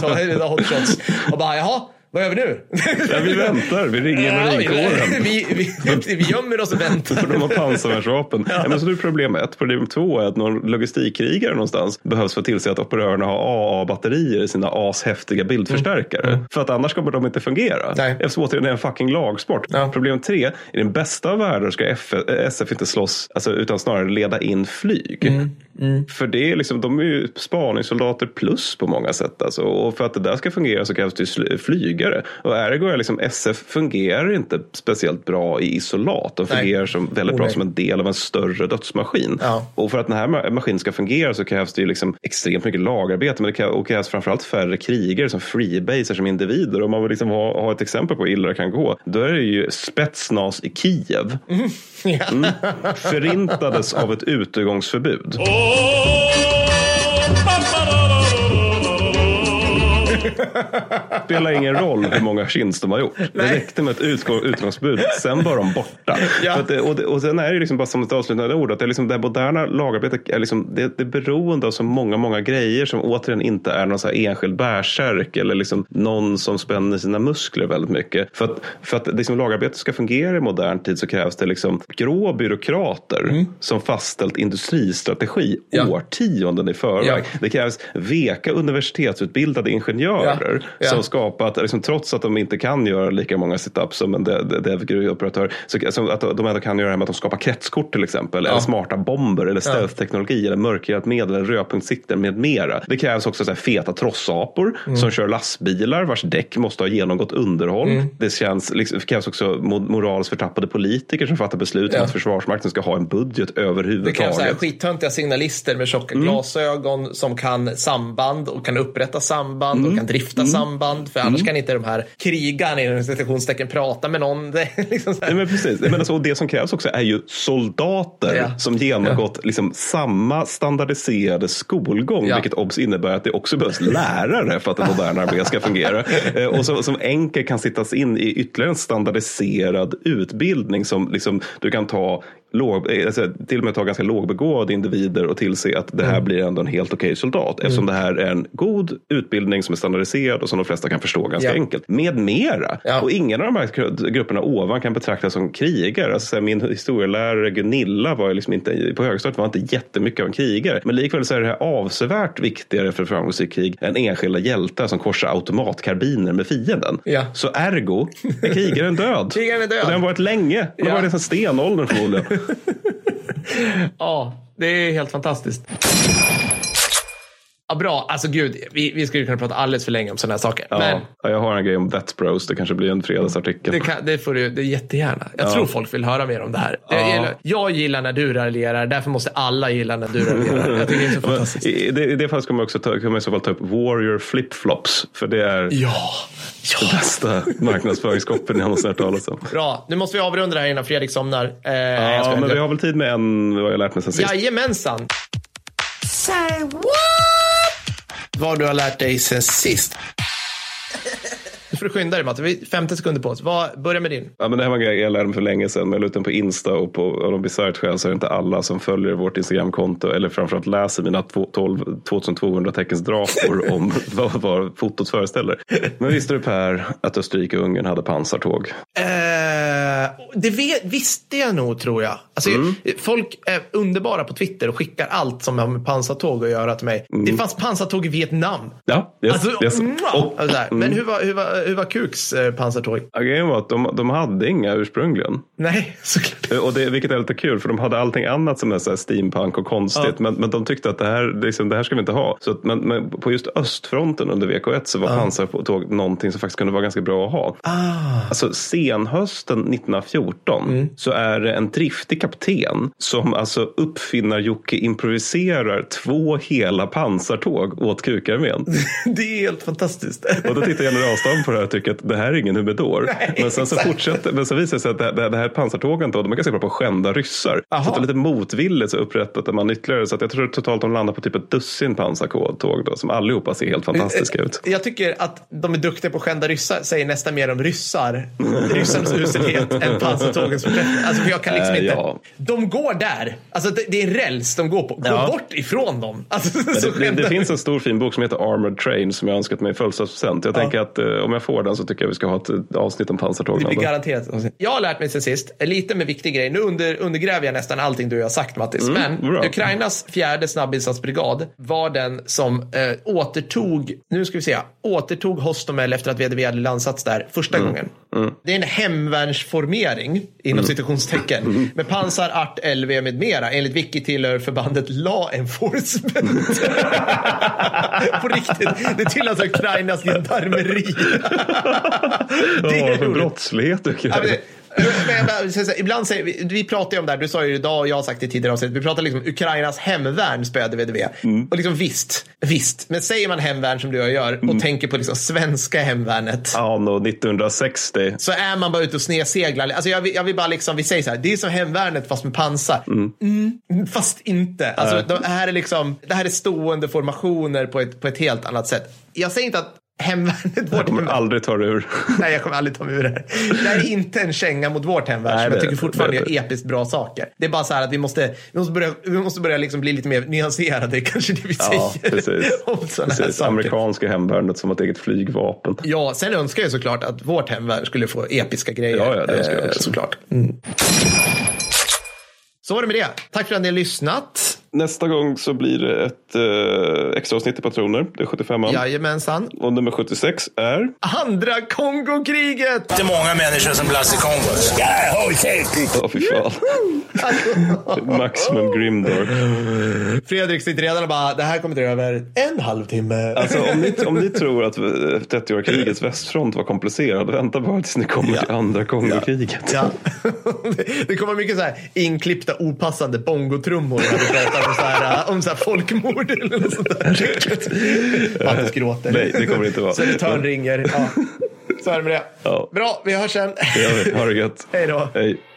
hot shots och bara, jaha, vad gör vi nu? Ja, vi väntar, vi ringer marinkåren. vi, vi, vi, vi gömmer oss och väntar. För de har pansarvärnsvapen. Ja. Ja, men så är det problem ett. Problem två är att någon logistikkrigare någonstans behövs för att tillse att operörerna har A A-batterier i sina ashäftiga bildförstärkare. Mm. Mm. För att annars kommer de inte fungera. Nej. Eftersom återigen det är en fucking lagsport. Ja. Problem tre, i den bästa av världar ska F- S F inte slåss, alltså, utan snarare leda in flyg. Mm. Mm. För det är liksom, de är ju spaningssoldater plus på många sätt. Alltså. Och för att det där ska fungera så krävs det flyg. Och ergo är liksom S F fungerar inte speciellt bra i isolat. De fungerar Nej. som väldigt bra oh, som en del av en större dödsmaskin. Ja. Och för att den här maskinen ska fungera så krävs det ju liksom extremt mycket lagarbete. Men det krävs framförallt färre krigare som freebaser som individer. Om man vill liksom ha, ha ett exempel på hur illa det kan gå, då är det ju Spetsnaz i Kiev. Mm. Ja. Mm. Förintades av ett utegångsförbud. Spelar ingen roll hur många chins de har gjort. Nej. Det räckte med ett utgångsbud. Sen var de borta. Ja. För att det, och, det, och sen är det liksom bara som ett avslutande ord att det, är liksom, det moderna lagarbetet är, liksom, det, det är beroende av så många, många grejer som återigen inte är någon så här enskild bärsärk eller liksom någon som spänner sina muskler väldigt mycket. För att, för att liksom lagarbetet ska fungera i modern tid så krävs det liksom grå byråkrater mm. som fastställt industristrategi ja. årtionden i förväg. Ja. Det krävs veka universitetsutbildade ingenjörer Ja, ja. som skapat, liksom, trots att de inte kan göra lika många situps som en dev-operatör, så alltså, att de ändå kan göra det med att de skapar kretskort till exempel, ja. eller smarta bomber, eller stealth-teknologi, ja. eller mörkret medel, eller rödpunktssikter med mera. Det krävs också så här, feta trossapor mm. som kör lastbilar vars däck måste ha genomgått underhåll. Mm. Det, känns, liksom, det krävs också moraliskt förtappade politiker som fattar beslut om ja. att Försvarsmakten ska ha en budget överhuvudtaget. Det krävs så här, skittöntiga signalister med tjocka mm. glasögon som kan samband och kan upprätta samband mm. och kan drifta mm. samband, för annars mm. kan inte de här krigarna i citationstecken prata med någon. Det, liksom så här. Nej, men precis. Men alltså, det som krävs också är ju soldater ja. som genomgått ja. liksom, samma standardiserade skolgång, ja. vilket obs innebär att det också behövs lärare för att det moderna arbetet ska fungera. Och så, som enkelt kan sittas in i ytterligare en standardiserad utbildning som liksom, du kan ta låg, alltså, till och med ta ganska lågbegåvade individer och tillse att det här mm. blir ändå en helt okej soldat. Eftersom mm. det här är en god utbildning som är standardiserad och som de flesta kan förstå ganska ja. enkelt. Med mera. Ja. Och ingen av de här grupperna ovan kan betraktas som krigare. Alltså, min historielärare Gunilla var liksom inte, på högstadiet var inte jättemycket av en krigare. Men likväl så är det här avsevärt viktigare för framgångsrik krig än enskilda hjältar som korsar automatkarbiner med fienden. Ja. Så ergo är krigaren död. Krigaren är död. Och den har varit länge. Den ja. har varit en stenålder förmodligen. Ja, det är helt fantastiskt. Ja, bra. Alltså gud, vi, vi skulle kunna prata alldeles för länge om sådana här saker. Ja, men ja, jag har en grej om Vets Bros. Det kanske blir en fredagsartikel. Det, kan, det får du det jättegärna. Jag ja. tror folk vill höra mer om det här. Ja. Jag, gillar, jag gillar när du raljerar. Därför måste alla gilla när du raljerar. Jag tycker det är så fantastiskt. I det, i det fallet ska man också ta, kan man i så fall ta upp Warrior Flip-Flops. För det är ja. Ja. det bästa marknadsföringskoppen jag någonsin hört talas om. Bra, nu måste vi avrunda det här innan Fredrik somnar. Eh, ja, men vi har väl tid med en, vad jag lärt mig sen sist. Jajamensan. Say what? Vad du har lärt dig sen sist. får du skynda dig, Matte. Vi har femtio sekunder på oss. Vad, börja med din. Ja, men det här var en grej jag lärde mig för länge sedan. Men jag la ut den på Insta och på av de bisarrt skäl så är det inte alla som följer vårt Instagramkonto eller framförallt läser mina tolv tvåtusentvåhundra teckens drapor om vad, vad fotot föreställer. Men visste du, Per, att Österrike och Ungern hade pansartåg? Eh, det vet, visste jag nog, tror jag. Alltså, mm. Folk är underbara på Twitter och skickar allt som har med pansartåg att göra till mig. Mm. Det fanns pansartåg i Vietnam. Ja, yes, alltså, yes. Och, alltså, mm. Men hur var, hur var, hur var Kuks eh, pansartåg? Ja, grejen var att de, de hade inga ursprungligen. Nej, såklart. Och det, vilket är lite kul, för de hade allting annat som är så här steampunk och konstigt. Ja. Men, men de tyckte att det här, liksom, det här ska vi inte ha. Så att, men, men på just östfronten under V K ett så var ja. pansartåg någonting som faktiskt kunde vara ganska bra att ha. Ah. Alltså senhösten nittonhundrafjorton mm. så är det en driftig kapten som alltså uppfinnar Jocke improviserar två hela pansartåg åt kukarmén. Det är helt fantastiskt. Och då tittar generalstaben på det här och tycker att det här är ingen humidor. Nej, men sen så fortsätter, men så visar det sig att det, det, det här pansartågen då, de är ganska bra på att skända ryssar. Aha. Så att det är lite motvilligt så upprättade man ytterligare, så att jag tror totalt de landar på typ ett dussin pansartåg då, som allihopa ser helt fantastiska ut. Jag tycker att de är duktiga på att skända ryssar, säger nästan mer om ryssar. Ryssarnas uselhet än pansartågens förträfflighet. Alltså för jag kan liksom äh, inte... Ja. De går där. Alltså det, det är räls de går på. Gå ja. bort ifrån dem. Alltså, det, det, det finns en stor fin bok som heter Armored Train som jag önskat mig i födelsedagspresent. Jag ja. tänker att eh, om jag får den så tycker jag vi ska ha ett avsnitt om pansartåg. Det blir garanterat. Jag har lärt mig sen sist, lite med viktig grej. Nu under, undergräver jag nästan allting du har sagt, Mattis. Mm, Men bra. Ukrainas fjärde snabbinsatsbrigad var den som eh, återtog, nu ska vi se, återtog Hostomel efter att V D V hade landsats där första mm. gången. Mm. Det är en hemvärnsformering inom mm. situationstecken mm. med pansar, art, L V med mera. Enligt Wiki tillhör förbandet Law Enforcement. På riktigt. Det tillhör alltså Ukrainas gendarmeri. Det är för brottslighet. Ja, ibland säger vi, vi pratar ju om det här, du sa ju idag och jag har sagt det tidigare avsnitt, vi pratar liksom om Ukrainas hemvärn spöade V D V mm. och liksom visst, visst, men säger man hemvärn som du och jag gör mm. och tänker på liksom svenska hemvärnet ja, no, nittonhundrasextio så är man bara ute och snedseglar, alltså jag vill, jag vill bara liksom, vi säger så här, det är som hemvärnet fast med pansar mm. Mm, fast inte, alltså äh. det här är liksom, det här är stående formationer på ett, på ett helt annat sätt. Jag säger inte att hemvärnet, jag kommer aldrig ta det ur. Nej, jag kommer aldrig ta mig ur det här. Det är inte en känga mot vårt hemvärn. Nej, som jag tycker fortfarande är episkt bra saker. Det är bara så här att vi måste, vi måste börja, vi måste börja liksom bli lite mer nyanserade, kanske det vi ja, säger. Precis. Om precis. Amerikanska hemvärnet som ett eget flygvapen. Ja, sen önskar jag såklart att vårt hemvärn skulle få episka grejer. Ja, ja det önskar jag också. Såklart. Mm. Så var det med det. Tack för att ni har lyssnat. Nästa gång så blir det ett eh, extra avsnitt i Patroner. Det är sjuttiofem. Jajamensan. Och nummer sjuttiosex är... Andra Kongokriget! Det är många människor som blas i Kongo. Åh, fy fan. Maximum Grimdark. Fredrik sitter redan och bara, det här kommer det över en halvtimme. Alltså om ni, om ni tror att trettioåriga krigets västfront var komplicerad, vänta bara tills ni kommer ja. till andra Kongokriget. Ja. Ja. Det kommer mycket så här inklippta opassande bongotrummor när vi pratar om så här, om så här folkmord eller något sånt där. Mattis gråter. Nej, det kommer det inte vara. Så Törn ringer. Ja. Så är det med det. Ja. Bra, vi hörs sen. Ja, ha det gött. Hej då. Hej.